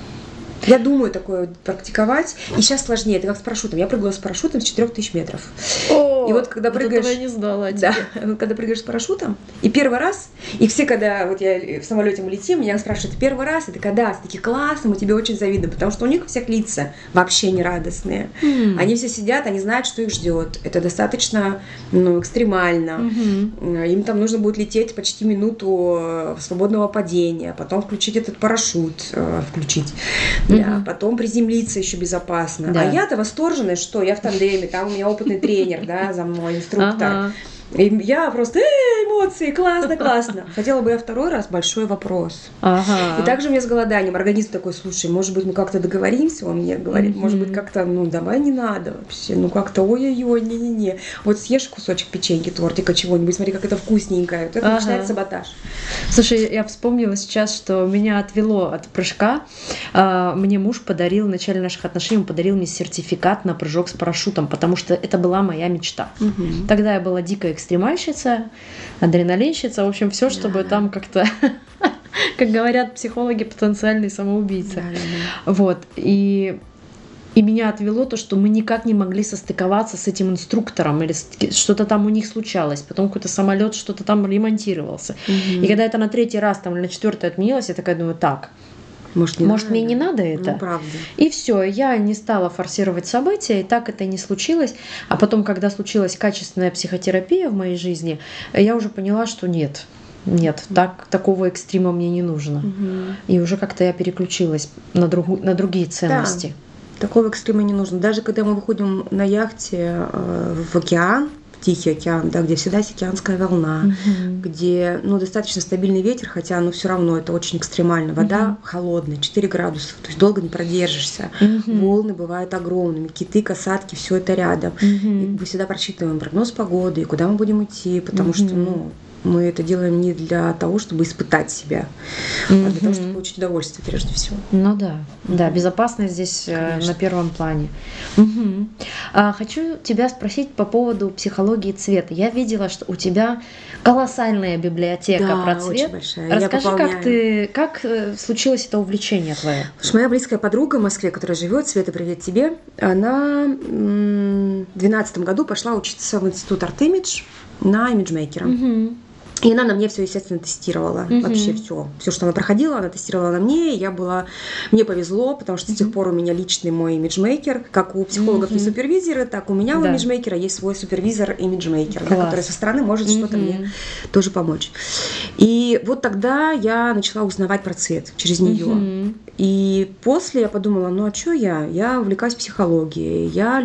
Я думаю такое практиковать. И сейчас сложнее. Это как с парашютом. Я прыгала с парашютом с 4000 метров. И вот когда прыгаешь... этого я не знала. Да, когда прыгаешь с парашютом, и первый раз, и все, когда вот я в самолете мы летим, меня спрашивают, первый раз, это когда? Все такие, классно, мы тебе очень завидуем, потому что у них у всех лица вообще не радостные. Они все сидят, они знают, что их ждет. Это достаточно, экстремально. Им там нужно будет лететь почти минуту свободного падения, потом включить этот парашют, потом приземлиться еще безопасно. Да. А я-то восторженная, что я в тандеме, там у меня опытный тренер, да, за мной инструктор. И я просто, эмоции, классно. Хотела бы я второй раз, большой вопрос. И также мне с голоданием. Организм такой, слушай, может быть, мы как-то договоримся? Он мне говорит, может быть, как-то, давай не надо вообще. Как-то, ой-ой-ой, не-не-не. Вот съешь кусочек печеньки, тортика, чего-нибудь, смотри, как это вкусненькое. Вот это начинается саботаж. Слушай, я вспомнила сейчас, что меня отвело от прыжка. Мне муж подарил, в начале наших отношений, он подарил мне сертификат на прыжок с парашютом, потому что это была моя мечта. Тогда я была дикая экстремальщица, адреналинщица, в общем, все, чтобы там как-то, как говорят психологи, потенциальный самоубийца. Вот. И меня отвело то, что мы никак не могли состыковаться с этим инструктором, или что-то там у них случалось, потом какой-то самолет что-то там ремонтировался. И когда это на 3-й раз там, или на 4-й отменилось, я такая думаю, так, может, мне не надо это? Правда. И все, я не стала форсировать события, и так это не случилось. А потом, когда случилась качественная психотерапия в моей жизни, я уже поняла, что нет, такого экстрима мне не нужно. И уже как-то я переключилась на другие ценности. Да, такого экстрима не нужно. Даже когда мы выходим на яхте в океан, Тихий океан, да, где всегда океанская волна, где достаточно стабильный ветер, хотя все равно это очень экстремально. Вода холодная, 4 градуса, то есть долго не продержишься. Волны бывают огромными, киты, касатки, все это рядом. И мы всегда просчитываем прогноз погоды, и куда мы будем идти, потому что мы это делаем не для того, чтобы испытать себя, а для того, чтобы получить удовольствие прежде всего. Да, безопасность здесь на первом плане. Хочу тебя спросить по поводу психологии цвета. Я видела, что у тебя колоссальная библиотека про цвет. Очень большая. Расскажи, как случилось это увлечение твое? Моя близкая подруга в Москве, которая живет, Света, привет тебе, она в 2012 году пошла учиться в институт Art-Image на имиджмейкера. И она на мне все, естественно, тестировала. Вообще все, что она проходила, она тестировала на мне. И мне повезло, потому что с тех пор у меня личный мой имиджмейкер. Как у психологов есть супервизоры, так у меня у имиджмейкера есть свой супервизор имиджмейкер, который со стороны может что-то мне тоже помочь. И вот тогда я начала узнавать про цвет через нее. И после я подумала, а что я? Я увлекаюсь психологией, я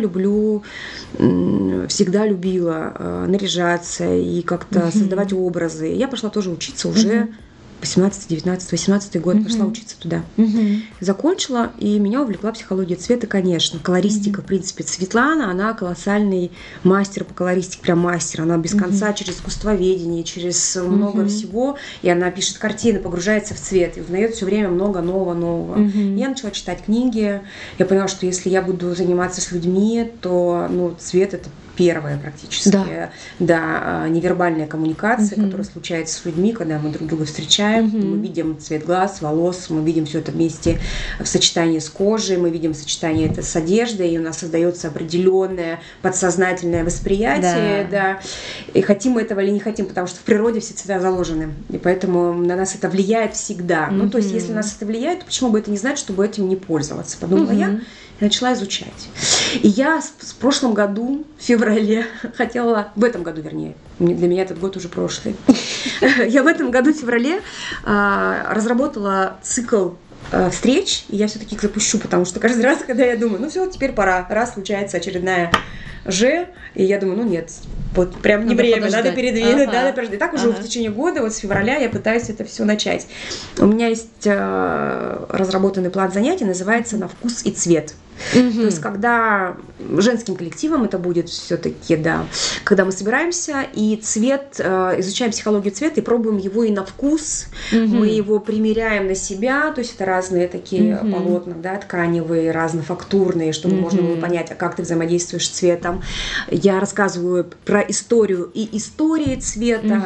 всегда любила наряжаться и как-то создавать образы. Я пошла тоже учиться уже 18, 19, 18 год, пошла учиться туда. Закончила, и меня увлекла психология цвета, конечно. Колористика, в принципе. Светлана, она колоссальный мастер по колористике, прям мастер. Она без конца через искусствоведение, через много всего. И она пишет картины, погружается в цвет, и узнает все время много нового. Я начала читать книги. Я поняла, что если я буду заниматься с людьми, то цвет — это первая практически, невербальная коммуникация, которая случается с людьми, когда мы друг друга встречаем. Мы видим цвет глаз, волос, мы видим все это вместе в сочетании с кожей, мы видим сочетание это с одеждой, и у нас создается определенное подсознательное восприятие, и хотим мы этого или не хотим, потому что в природе все цвета заложены, и поэтому на нас это влияет всегда. То есть, если на нас это влияет, то почему бы это не знать, чтобы этим не пользоваться? Подумала я. И начала изучать. И я в прошлом году, в феврале, в этом году, вернее, для меня этот год уже прошлый, я в этом году, в феврале, разработала цикл встреч, и я все-таки их запущу, потому что каждый раз, когда я думаю, все, теперь пора, раз случается очередная и я думаю, нет, вот прям не время, надо передвинуть, надо подождать. И так уже в течение года, вот с февраля я пытаюсь это все начать. У меня есть разработанный план занятий, называется «На вкус и цвет». То есть, когда женским коллективом это будет все-таки, когда мы собираемся и цвет, изучаем психологию цвета и пробуем его и на вкус, мы его примеряем на себя, то есть это разные такие полотна, тканевые, разнофактурные, чтобы можно было понять, как ты взаимодействуешь с цветом. Я рассказываю про историю и истории цвета,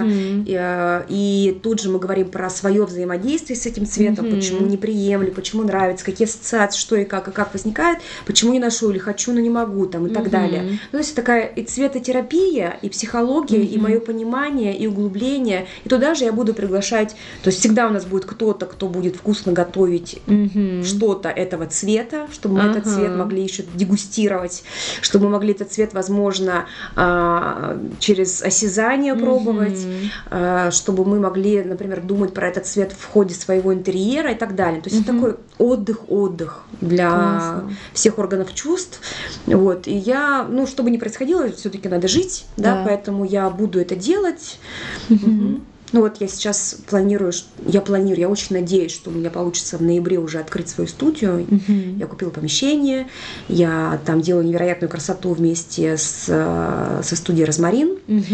и тут же мы говорим про свое взаимодействие с этим цветом, почему неприемлемо, почему нравится, какие ассоциации, что и как возникает. почему не ношу, или хочу, но не могу, там, и так далее. Ну, то есть такая и цветотерапия, и психология, и мое понимание, и углубление. И туда же я буду приглашать, то есть всегда у нас будет кто-то, кто будет вкусно готовить что-то этого цвета, чтобы мы этот цвет могли еще дегустировать, чтобы мы могли этот цвет, возможно, через осязание пробовать, чтобы мы могли, например, думать про этот цвет в ходе своего интерьера и так далее. То есть это такой отдых для всех органов чувств. Вот. И я, ну, что бы ни происходило, все-таки надо жить, да, поэтому я буду это делать. Ну вот я сейчас я очень надеюсь, что у меня получится в ноябре уже открыть свою студию. Я купила помещение, я там делаю невероятную красоту вместе со студией «Розмарин».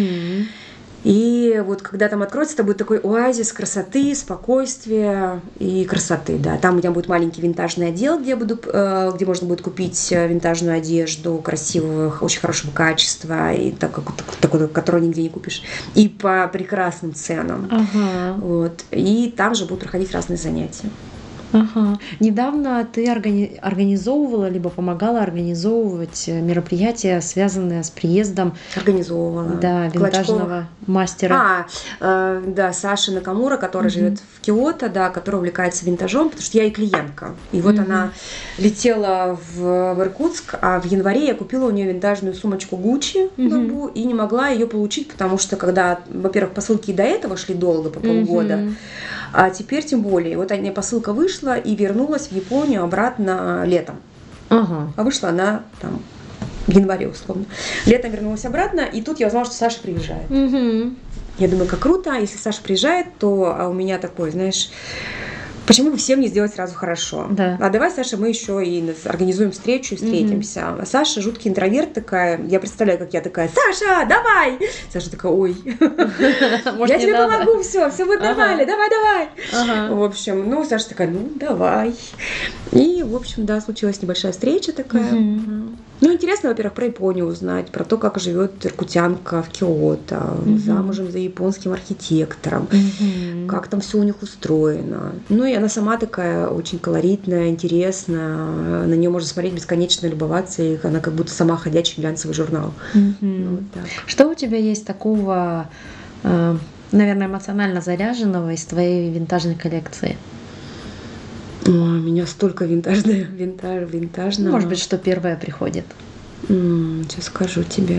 И вот когда там откроется, это будет такой оазис красоты, спокойствия и красоты, да. Там у меня будет маленький винтажный отдел, где можно будет купить винтажную одежду красивых, очень хорошего качества, и такую, которую нигде не купишь, и по прекрасным ценам. Вот. И там же будут проходить разные занятия. Недавно ты организовывала, либо помогала организовывать мероприятия, связанные с приездом винтажного мастера. Да, Саши Накамура, которая живет в Киото, да, которая увлекается винтажом, потому что я и клиентка. И вот она летела в Иркутск, а в январе я купила у нее винтажную сумочку Gucci и не могла ее получить, потому что когда, во-первых, посылки и до этого шли долго, по полгода, а теперь тем более. Вот посылка вышла и вернулась в Японию обратно летом. А вышла она там в январе, условно. Летом вернулась обратно, и тут я узнала, что Саша приезжает. Я думаю, как круто, если Саша приезжает, то у меня такой, знаешь, почему бы всем не сделать сразу хорошо? Да. А давай, Саша, мы еще и организуем встречу и встретимся. А Саша жуткий интроверт такая. Я представляю, как я такая: Саша, давай! Саша такая: ой, я тебе помогу, все будет нормально, давай. В общем, Саша такая: ну, давай. И, в общем, да, случилась небольшая встреча такая. Ну, интересно, во-первых, про Японию узнать, про то, как живет иркутянка в Киото, замужем за японским архитектором, как там все у них устроено. Ну, и она сама такая очень колоритная, интересная, на нее можно смотреть бесконечно, любоваться, и она как будто сама ходячий глянцевый журнал. Вот так. Что у тебя есть такого, наверное, эмоционально заряженного из твоей винтажной коллекции? У меня столько винтажного. Может быть, что первое приходит? Сейчас скажу тебе.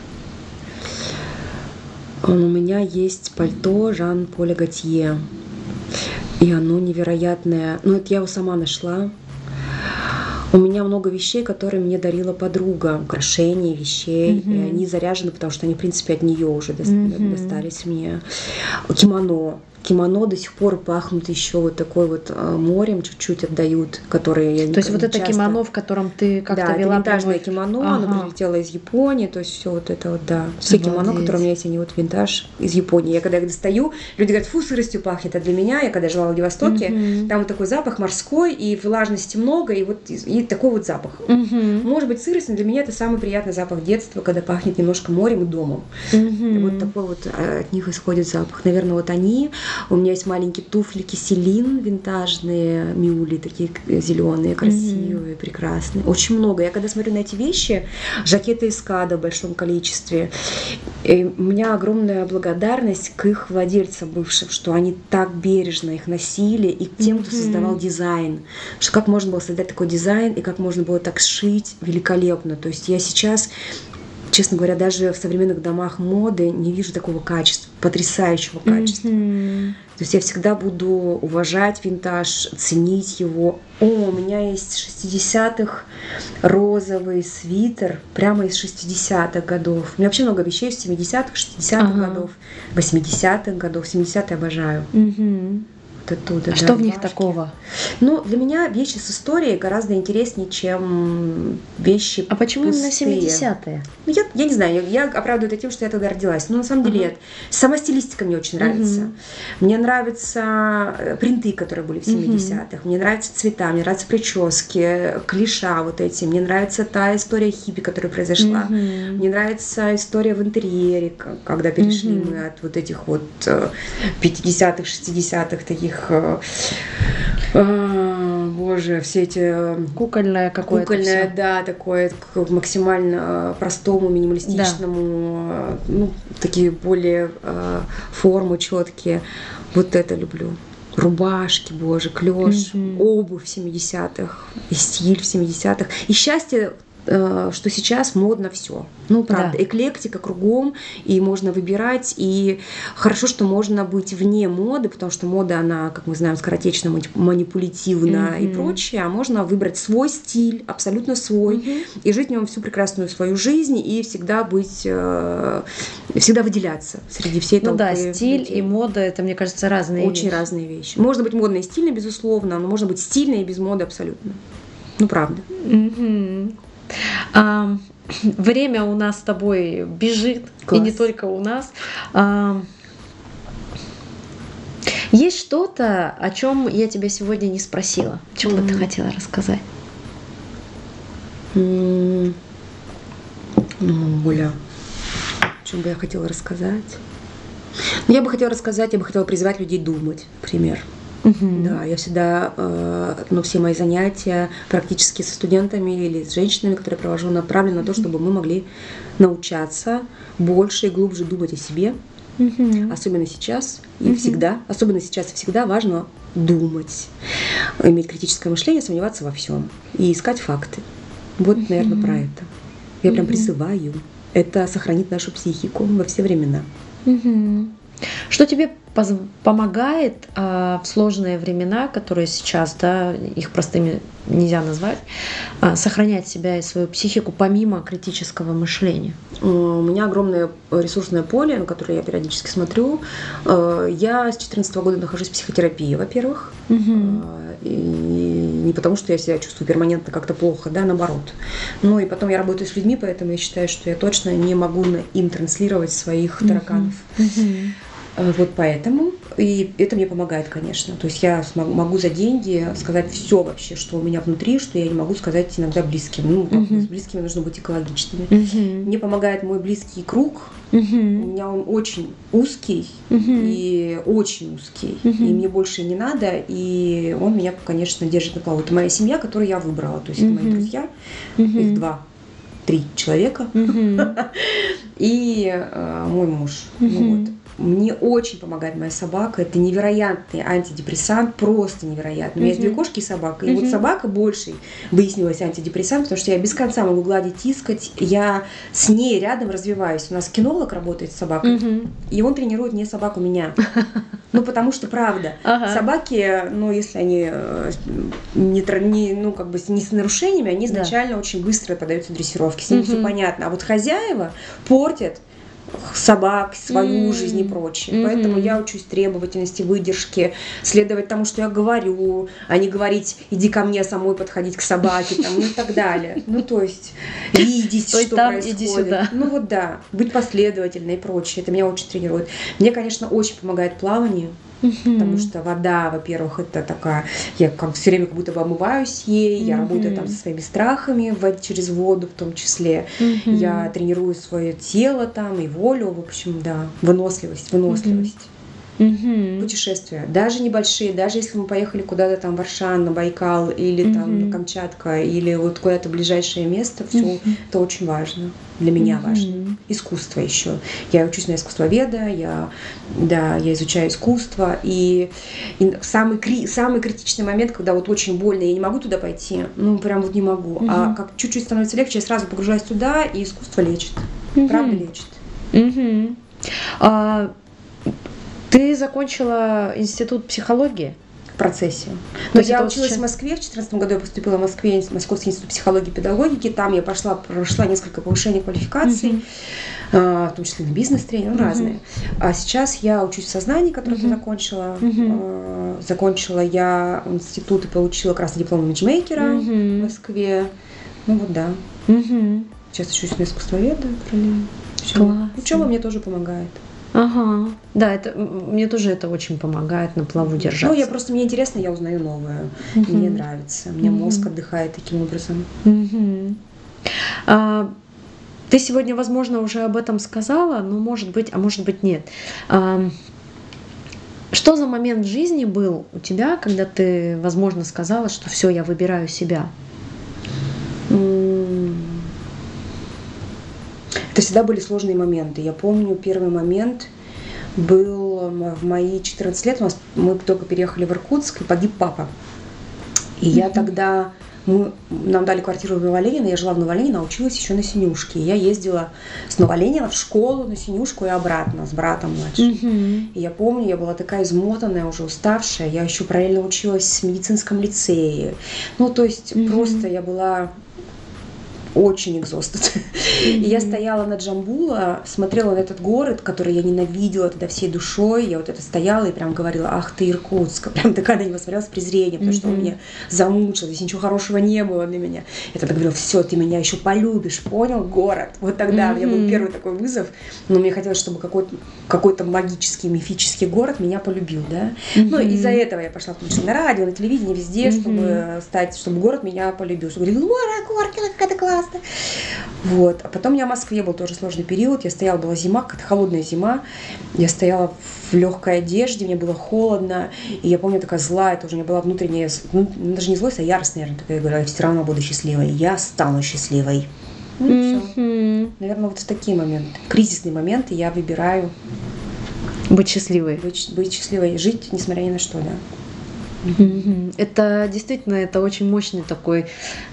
У меня есть пальто Жан-Поля Готье. И оно невероятное. Ну, это я его сама нашла. У меня много вещей, которые мне дарила подруга. Украшений, вещей. И они заряжены, потому что они, в принципе, от нее уже достались мне. Кимоно до сих пор пахнут еще вот такой вот морем, чуть-чуть отдают, которые я. То есть вот это кимоно, в котором ты как-то вела. Да, винтажное кимоно, оно прилетело из Японии, то есть все вот это вот, да. Все кимоно, которые у меня есть, они вот винтаж из Японии. Я когда их достаю, люди говорят: фу, сыростью пахнет. А для меня, я когда жила в Владивостоке, там вот такой запах морской, и влажности много, и вот и такой вот запах. Может быть, сырость, но для меня это самый приятный запах детства, когда пахнет немножко морем и домом. И вот такой вот от них исходит запах. Наверное, вот они. У меня есть маленькие туфлики Селин винтажные, мюли такие зеленые, красивые, прекрасные. Очень много. Я когда смотрю на эти вещи, жакеты Эскада в большом количестве, и у меня огромная благодарность к их владельцам бывшим, что они так бережно их носили, и к тем, кто создавал дизайн. Что как можно было создать такой дизайн, и как можно было так сшить великолепно. То есть я сейчас, честно говоря, даже в современных домах моды не вижу такого качества, потрясающего качества. То есть я всегда буду уважать винтаж, ценить его. У меня есть 60-х розовый свитер, прямо из 60-х годов. У меня вообще много вещей из 70-х, 60-х годов, 80-х годов. 70-е обожаю. Оттуда, что в них такого? Ну, для меня вещи с историей гораздо интереснее, чем вещи А почему пустые. именно 70-е? Ну, я не знаю, я оправдываю это тем, что я тогда родилась. Но на самом деле сама стилистика мне очень нравится. Мне нравятся принты, которые были в 70-х. Мне нравятся цвета, мне нравятся прически, клиша вот эти. Мне нравится та история хиппи, которая произошла. Мне нравится история в интерьере, когда перешли мы от вот этих вот 50-х, 60-х таких боже, все эти кукольное какое-то. Кукольное, всё. да, такое к максимально простому, минималистичному, ну, такие более формы четкие. Вот это люблю. Рубашки, боже, клёш, обувь 70-х, и стиль в 70-х. И счастье, что сейчас модно все. Ну, правда, Да. эклектика кругом, и можно выбирать, и хорошо, что можно быть вне моды, потому что мода, она, как мы знаем, скоротечно, манипулятивна и прочее, а можно выбрать свой стиль, абсолютно свой, и жить в нем всю прекрасную свою жизнь, и всегда быть, всегда выделяться среди всей толпы. Ну да, стиль людей. и мода, это, мне кажется, разные Очень вещи. разные вещи. Можно быть модной и стильной, безусловно, но можно быть стильной и без моды абсолютно. Ну, правда. Время у нас с тобой бежит, Класс. и не только у нас. Есть что-то, о чем я тебя сегодня не спросила? О чем бы ты хотела рассказать? Оля, о чем бы я хотела рассказать? Я бы хотела призывать людей думать, например. Да, я всегда, все мои занятия практически со студентами или с женщинами, которые я провожу, направлены на то, чтобы мы могли научаться больше и глубже думать о себе, особенно сейчас и всегда, важно думать, иметь критическое мышление, сомневаться во всем и искать факты. Вот, наверное, про это. Я прям призываю. Это сохранит нашу психику во все времена. Что тебе помогает в сложные времена, которые сейчас, да, их простыми нельзя назвать, сохранять себя и свою психику помимо критического мышления? У меня огромное ресурсное поле, на которое я периодически смотрю. Я с 2014 года нахожусь в психотерапии, во-первых. И не потому, что я себя чувствую перманентно как-то плохо, да, наоборот. Ну и потом я работаю с людьми, поэтому я считаю, что я точно не могу им транслировать своих тараканов. Вот поэтому, и это мне помогает, конечно. То есть я могу за деньги сказать все вообще, что у меня внутри, что я не могу сказать иногда близким. Ну, с близкими нужно быть экологичными. Мне помогает мой близкий круг. У меня он очень узкий и очень узкий. И мне больше не надо, и он меня, конечно, держит на плаву. Это моя семья, которую я выбрала. То есть это мои друзья, их 2-3 человека, и мой муж. Вот. Мне очень помогает моя собака. Это невероятный антидепрессант, просто невероятный. У меня есть 2 кошки и собака. И вот собака больше выяснилась антидепрессант, потому что я без конца могу гладить, тискать. Я с ней рядом развиваюсь. У нас кинолог работает с собакой, и он тренирует не собаку, меня. Ну, потому что, правда, собаки, ну, если они не с нарушениями, они изначально очень быстро поддаются дрессировке. С ними все понятно. А вот хозяева портят собак, свою жизнь и прочее. Поэтому я учусь требовательности, выдержке, следовать тому, что я говорю, а не говорить «иди ко мне», самой подходить к собаке, там, ну и так далее. Ну, то есть видеть, Стой что там, происходит. иди сюда. Ну вот да, быть последовательной и прочее. Это меня очень тренирует. Мне, конечно, очень помогает плавание. Потому что вода, во-первых, это такая, я как все время как будто бы омываюсь ей, я работаю там со своими страхами через воду в том числе, я тренирую свое тело там и волю, в общем, да, выносливость. Путешествия, даже небольшие, даже если мы поехали куда-то там в Аршан, на Байкал или там на Камчатка, или вот куда-то ближайшее место, все это очень важно, для меня важно. Искусство еще. Я учусь на искусствоведа, я изучаю искусство, и самый критичный момент, когда вот очень больно, я не могу туда пойти, ну прям вот не могу, а как чуть-чуть становится легче, я сразу погружаюсь туда, и искусство лечит, правда лечит. Ты закончила институт психологии? В процессе. Но я училась в Москве, в 2014 году я поступила в Москве, в Московский институт психологии и педагогики. Там я прошла несколько повышений квалификаций, в том числе на бизнес-тренинг, разные. А сейчас я учусь в сознании, которое я закончила. Закончила я институт и получила как раз диплом имиджмейкера в Москве. Ну вот да. Сейчас учусь на искусствоведа. Учеба мне тоже помогает. Ага, да, мне тоже это очень помогает на плаву держаться. Ну, мне интересно, я узнаю новое, мне нравится, у меня мозг отдыхает таким образом. Ты сегодня, возможно, уже об этом сказала, но может быть, а может быть нет. Что за момент в жизни был у тебя, когда ты, возможно, сказала, что все, я выбираю себя? Это всегда были сложные моменты. Я помню, первый момент был в мои 14 лет. Мы только переехали в Иркутск, и погиб папа. И я тогда... Нам дали квартиру в Новоленино, я жила в Новоленино, а училась еще на Синюшке. Я ездила с Новоленина в школу на Синюшку и обратно с братом младшим. И я помню, я была такая измотанная, уже уставшая. Я еще параллельно училась в медицинском лицее. Ну, то есть просто я была очень exhausted. И я стояла на Джамбула, смотрела на этот город, который я ненавидела тогда всей душой. Я вот это стояла и прям говорила: ах ты, Иркутск. Прям такая на него смотрела с презрением, потому что он меня замучил, здесь ничего хорошего не было для меня. Я тогда говорила: все, ты меня еще полюбишь, понял, город. Вот тогда у меня был первый такой вызов. Но мне хотелось, чтобы какой-то магический, мифический город меня полюбил, да. Ну, из-за этого я пошла на радио, на телевидении, везде, чтобы город меня полюбил. Чтобы говорили: город, какая-то классная. Вот. А потом у меня в Москве был тоже сложный период. Я стояла, была зима, какая-то холодная зима. Я стояла в легкой одежде, мне было холодно. И я помню, такая злая, тоже у меня была внутренняя, даже не злость, а ярость, наверное. Такая, я говорю: я все равно буду счастливой. Я стану счастливой. Ну, все. Наверное, вот в такие моменты. Кризисные моменты я выбираю быть счастливой. Быть счастливой, жить, несмотря ни на что, да. Это действительно, это очень мощный такой,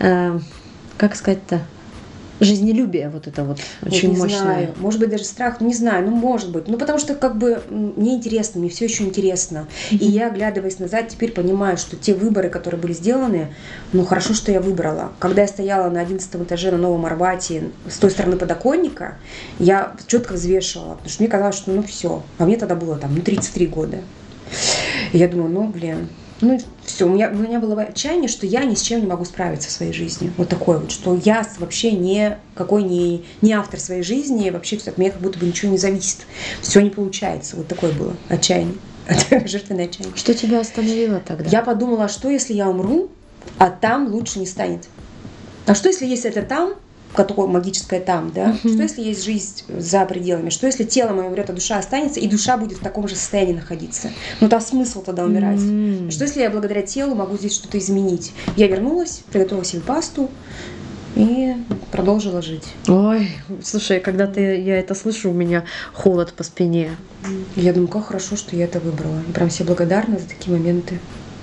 как сказать-то, жизнелюбие вот это вот очень мощное. Не знаю, может быть даже страх, не знаю, может быть. Потому что как бы мне интересно, мне все еще интересно. И я, оглядываясь назад, теперь понимаю, что те выборы, которые были сделаны, хорошо, что я выбрала. Когда я стояла на 11 этаже на Новом Арбате с той стороны подоконника, я четко взвешивала, потому что мне казалось, что все. А мне тогда было 33 года. И я думаю, все, у меня было отчаяние, что я ни с чем не могу справиться в своей жизни. Вот такое вот, что я вообще не автор своей жизни, вообще от меня как будто бы ничего не зависит. Все не получается. Вот такое было отчаяние, жертвенное отчаяние. Что тебя остановило тогда? Я подумала: а что если я умру, а там лучше не станет? А что если есть это там, такое магическое там, да? Что если есть жизнь за пределами? Что если тело мое умрет, а душа останется, и душа будет в таком же состоянии находиться? Там смысл тогда умирать. Что если я благодаря телу могу здесь что-то изменить? Я вернулась, приготовила себе пасту и продолжила жить. Ой, слушай, когда я это слышу, у меня холод по спине. Я думаю, как хорошо, что я это выбрала. И прям все благодарна за такие моменты.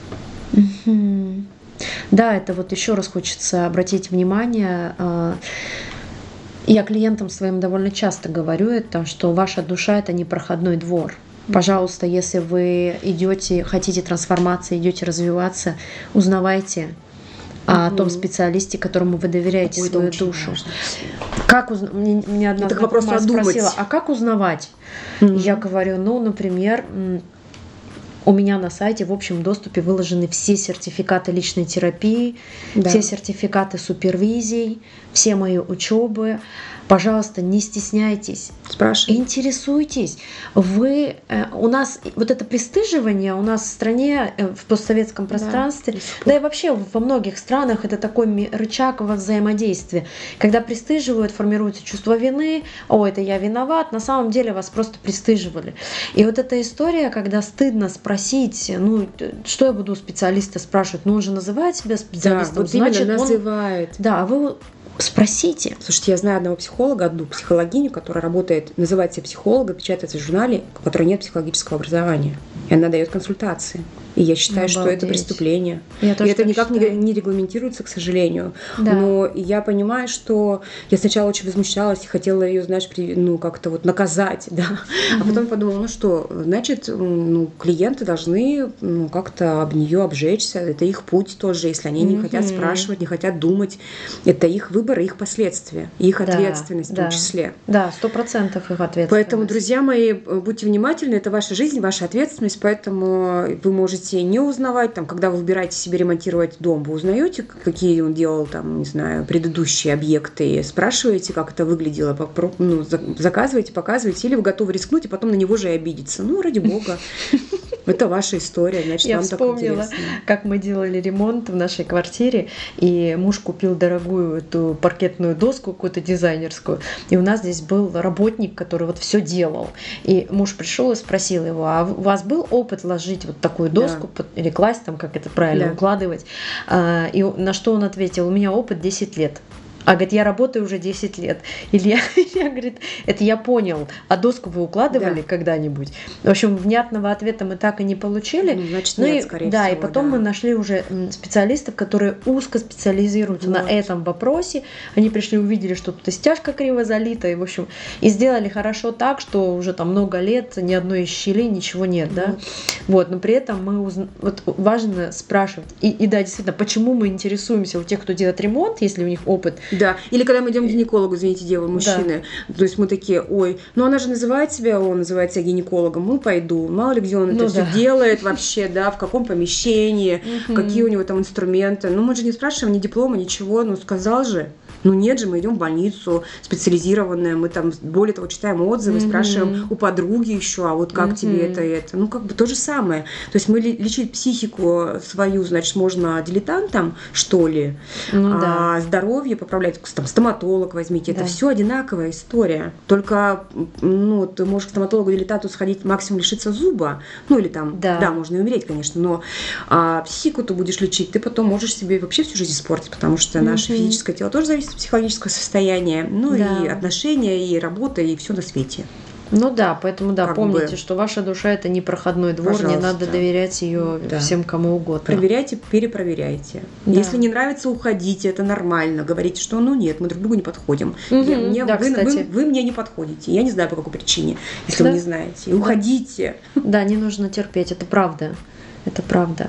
Да, это вот еще раз хочется обратить внимание. Я клиентам своим довольно часто говорю это, что ваша душа — это не проходной двор. Пожалуйста, если вы хотите трансформации, идете развиваться, узнавайте о том специалисте, которому вы доверяете свою душу. Меня одна знакомая спросила: а как узнавать? Я говорю: например, у меня на сайте в общем доступе выложены все сертификаты личной терапии, все сертификаты супервизий, все мои учебы. Пожалуйста, не стесняйтесь, спрашивайте, интересуйтесь. У нас вот это пристыживание у нас в стране, в постсоветском пространстве, да и вообще во многих странах это такой рычаг во взаимодействии. Когда пристыживают, формируется чувство вины: это я виноват, на самом деле вас просто пристыживали. И вот эта история, когда стыдно спросить, что я буду у специалиста спрашивать, он же называет себя специалистом, вот значит называет. Да, а вы спросите. Слушайте, я знаю одного психолога, одну психологиню, которая называет себя психологом, печатается в журнале, у которой нет психологического образования. И она дает консультации. И я считаю, что это преступление. И это никак не регламентируется, к сожалению. Да. Но я понимаю, что я сначала очень возмущалась и хотела ее, как-то вот наказать, да. А потом подумала, значит, клиенты должны как-то об нее обжечься. Это их путь тоже, если они не хотят спрашивать, не хотят думать. Это их выбор и их последствия, и их ответственность в том числе. Да, 100% их ответственность. Поэтому, друзья мои, будьте внимательны, это ваша жизнь, ваша ответственность, поэтому вы можете не узнавать, когда вы выбираете себе ремонтировать дом, вы узнаете, какие он делал, предыдущие объекты, спрашиваете, как это выглядело, заказываете, показываете, или вы готовы рискнуть и потом на него же и обидеться. Ради бога. Это ваша история, значит, Я вам так вспомнила, интересно. как мы делали ремонт в нашей квартире, и муж купил дорогую эту паркетную доску, какую-то дизайнерскую, и у нас здесь был работник, который вот все делал. И муж пришел и спросил его: а у вас был опыт ложить вот такую доску или класть там, как это правильно укладывать? И на что он ответил: у меня опыт 10 лет. А говорит, я работаю уже 10 лет. Илья говорит, это я понял. А доску вы укладывали когда-нибудь? В общем, внятного ответа мы так и не получили. Ну, значит, нет, скорее всего. И потом мы нашли уже специалистов, которые узко специализируются на этом вопросе. Они пришли, увидели, что тут и стяжка криво залита, и, в общем, и сделали хорошо так, что уже там много лет ни одной из щелей ничего нет, да? Вот, но при этом вот важно спрашивать. И да, действительно, почему мы интересуемся у тех, кто делает ремонт, если у них опыт. Да, или когда мы идем к гинекологу, извините, девы, мужчины, то есть мы такие, ой, ну она же называет себя, он называет себя гинекологом, ну пойду, мало ли где он это все делает вообще, да, в каком помещении, какие у него там инструменты, ну мы же не спрашиваем ни диплома, ничего, ну сказал же. Ну нет же, мы идем в больницу специализированную, мы там, более того, читаем отзывы, спрашиваем у подруги еще, а вот как тебе это, ну как бы то же самое. То есть мы лечить психику свою, значит, можно дилетантом, что ли, а здоровье поправлять, там, стоматолог возьмите, это все одинаковая история. Только, ну, ты можешь к стоматологу-дилетанту сходить, максимум лишиться зуба, ну или там, да можно и умереть, конечно, но психику ты будешь лечить, ты потом можешь себе вообще всю жизнь испортить, потому что наше физическое тело тоже зависит от психологического состояния, ну и отношения, и работа, и все на свете. Ну да, поэтому помните, что ваша душа — это не проходной двор, не надо доверять ее всем кому угодно. Проверяйте, перепроверяйте. Если не нравится, уходите, это нормально. Говорите, что ну нет, мы друг другу не подходим. Вы мне не подходите. Я не знаю, по какой причине, если вы не знаете. И уходите. Да, не нужно терпеть, это правда. Это правда.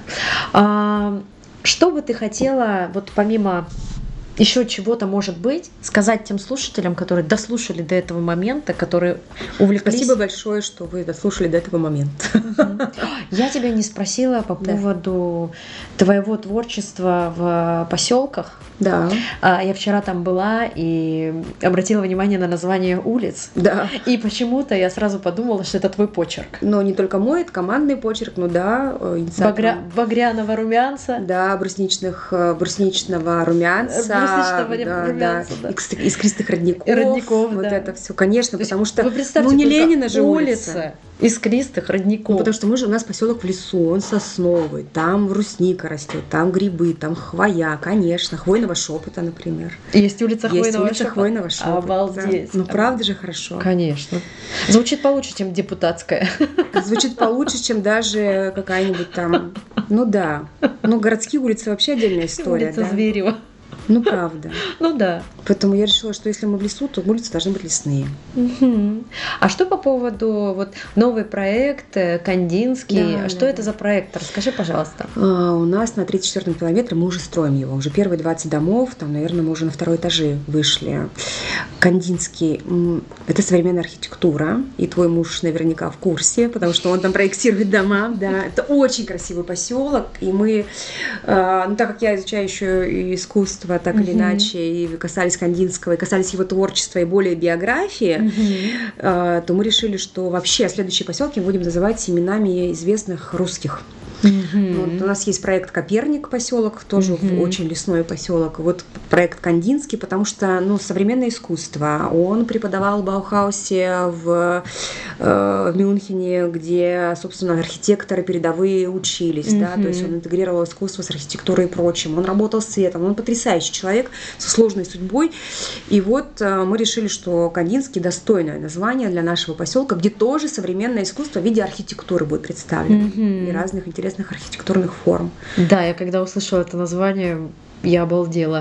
Что бы ты хотела, вот помимо еще чего-то, может быть, сказать тем слушателям, которые дослушали до этого момента, которые увлеклись? Спасибо большое, что вы дослушали до этого момента. Я тебя не спросила по поводу твоего творчества в поселках. Да. Я вчера там была и обратила внимание на название улиц. Да. И почему-то я сразу подумала, что это твой почерк. Но не только мой, это командный почерк, ну да. Багряного румянца. Да, брусничного румянца. Искристых родников. Вот это все, конечно, потому что не Ленина же улица. Искристых родников. Ну, потому что у нас поселок в лесу, он сосновый, там брусника растет, там грибы, там хвоя, конечно, хвойного шепота, например. Есть улица хвойного шепота. Обалдеть. Да. Ну, правда же хорошо. Конечно. Звучит получше, чем депутатская. Звучит получше, чем даже какая-нибудь там, ну да. Ну, городские улицы вообще отдельная история. Улица Зверева. Ну, правда. Ну да. Поэтому я решила, что если мы в лесу, то улицы должны быть лесные. А что по поводу вот новый проект Кандинский? Что это за проект? Расскажи, пожалуйста. У нас на 34-м километре мы уже строим его. Уже первые 20 домов, там, наверное, мы уже на второй этаже вышли. Кандинский – это современная архитектура. И твой муж наверняка в курсе, потому что он там проектирует дома. Да. Это очень красивый поселок. И мы, так как я изучаю еще и искусство, так или иначе, и касались Кандинского, и касались его творчества и более биографии, то мы решили, что вообще следующие поселки мы будем называть именами известных русских. Вот у нас есть проект Коперник поселок, тоже очень лесной поселок. Вот проект Кандинский, потому что современное искусство. Он преподавал в Баухаусе в Мюнхене, где, собственно, архитекторы передовые учились. Да? То есть он интегрировал искусство с архитектурой и прочим. Он работал с цветом. Он потрясающий человек со сложной судьбой. И вот мы решили, что Кандинский достойное название для нашего поселка, где тоже современное искусство в виде архитектуры будет представлено. И разных интересных архитектурных форм. Да, я когда услышала это название, я обалдела.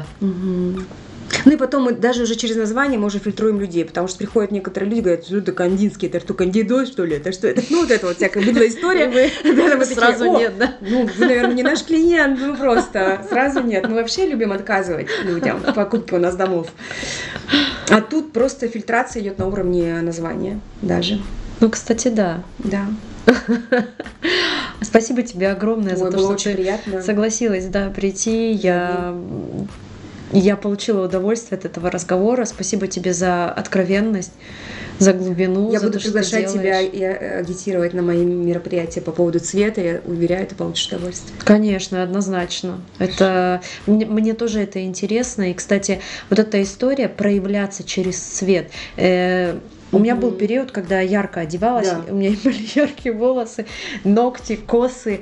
Ну и потом мы даже уже через название мы уже фильтруем людей, потому что приходят некоторые люди, говорят, что это Кандинский, это что, Кандидой, что ли? Это что это? Ну вот это вот всякая быдлая история. Сразу нет, да? Ну, вы, наверное, не наш клиент, ну просто сразу нет. Мы вообще любим отказывать людям в покупке у нас домов. А тут просто фильтрация идет на уровне названия даже. Ну, кстати, да. Да. Спасибо тебе огромное за то, что ты приятно. Согласилась прийти. Я получила удовольствие от этого разговора. Спасибо тебе за откровенность, за глубину, Я за буду то, что ты приглашать тебя делаешь. и агитировать на мои мероприятия по поводу цвета. Я уверяю, ты получишь удовольствие. Конечно, однозначно. Это мне тоже это интересно. И, кстати, вот эта история проявляться через цвет. У меня был период, когда я ярко одевалась, Да. у меня были яркие волосы, ногти, косы,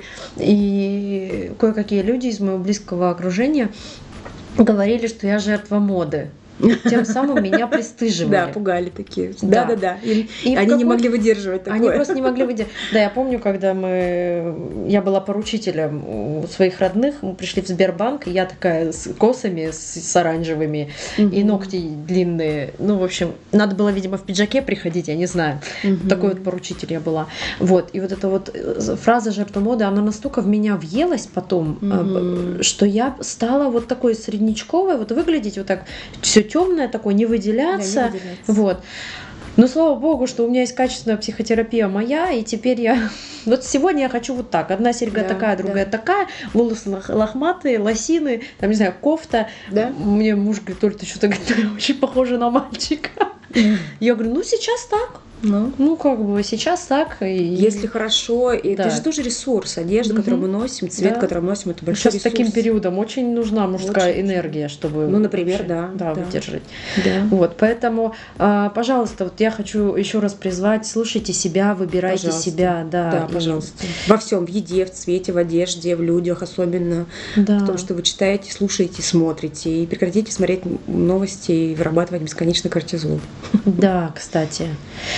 и кое-какие люди из моего близкого окружения говорили, что я жертва моды. Тем самым меня пристыживали. Да, пугали такие. Да. Да. И И они не могли выдерживать такое. Они просто не могли выдержать. Да, я помню, когда я была поручителем у своих родных, мы пришли в Сбербанк, и я такая с косами, с оранжевыми, и ногти длинные. Ну, в общем, надо было, видимо, в пиджаке приходить, я не знаю. Такой вот поручитель я была. Вот. И вот эта вот фраза «жертва моды», она настолько в меня въелась потом, что я стала вот такой среднячковой, вот выглядеть вот так все темное такое, не выделяться. Да, не выделяться. Вот. Но слава богу, что у меня есть качественная психотерапия моя, и теперь я... Вот сегодня я хочу вот так. Одна серьга такая, другая такая, волосы лохматые, лосины, там, не знаю, кофта. Да? Мне муж говорит: Оль, ты что-то очень похожа на мальчика. Я говорю: ну, сейчас так. Ну, как бы сейчас так. И... Если хорошо, и Да. это же тоже ресурс. Одежда, которую мы носим, цвет, Да. который мы носим, это большой Сейчас с ресурс. таким периодом очень нужна мужская Очень. энергия, чтобы Ну, например, вообще, да. выдержать. Да. Вот, поэтому, пожалуйста, вот я хочу еще раз призвать: слушайте себя, выбирайте Пожалуйста. себя, Да, и- пожалуйста. Во всем, в еде, в цвете, в одежде, в людях, особенно Да. в том, что вы читаете, слушаете, смотрите. И прекратите смотреть новости и вырабатывать бесконечно кортизол. Да, кстати.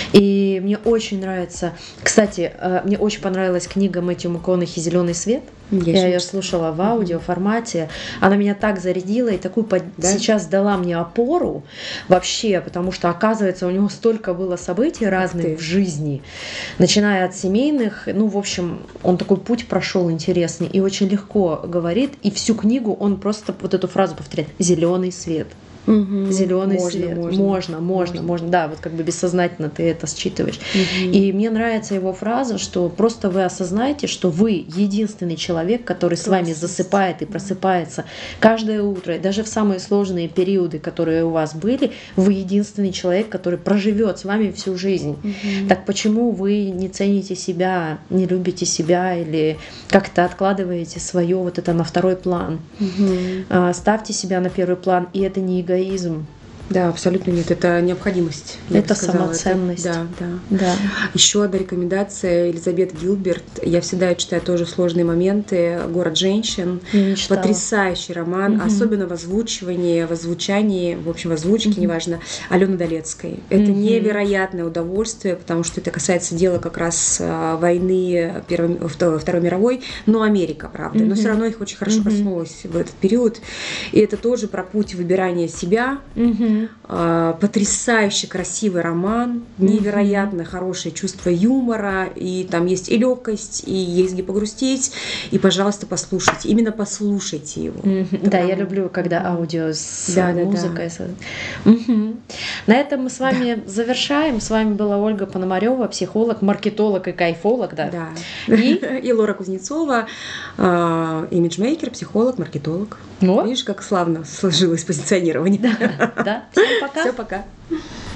И мне очень нравится. Кстати, мне очень понравилась книга Мэтью МакКонахи «Зеленый свет». Я ее слушала в аудиоформате. Она меня так зарядила и такую Да? сейчас дала мне опору вообще, потому что, оказывается, у него столько было событий разных в жизни, начиная от семейных. Ну, в общем, он такой путь прошел интересный и очень легко говорит. И всю книгу он просто вот эту фразу повторяет: «Зеленый свет». Зеленый свет. Можно. Да, вот как бы бессознательно ты это считываешь. И мне нравится его фраза, что просто вы осознаете, что вы единственный человек, который с вами засыпает и просыпается каждое утро, и даже в самые сложные периоды, которые у вас были, вы единственный человек, который проживет с вами всю жизнь. Так почему вы не цените себя, не любите себя или как-то откладываете свое вот это на второй план? Ставьте себя на первый план, и это не эгоизм. Да, абсолютно нет. Это необходимость. я бы Это сказала. самоценность. Да. Еще одна рекомендация Элизабет Гилберт. Я всегда читаю тоже сложные моменты. «Город женщин». Я не читала. Потрясающий роман, особенно в озвучивании, в озвучании, в общем, в озвучке, неважно, Алены Долецкой. Это невероятное удовольствие, потому что это касается дела как раз войны Второй мировой, но Америка, правда. Но все равно их очень хорошо коснулось в этот период. И это тоже про путь выбирания себя. Потрясающе красивый роман, невероятно хорошее чувство юмора, и там есть и легкость, и есть где погрустить, и, пожалуйста, послушайте, именно послушайте его. Да, я люблю, когда аудио с Да. музыкой. На этом мы с вами завершаем. С вами была Ольга Пономарева, психолог, маркетолог и кайфолог. Да. И Лора Кузнецова, имиджмейкер, психолог, маркетолог. Вот. Видишь, как славно сложилось позиционирование. Да. Всем пока. Все, пока.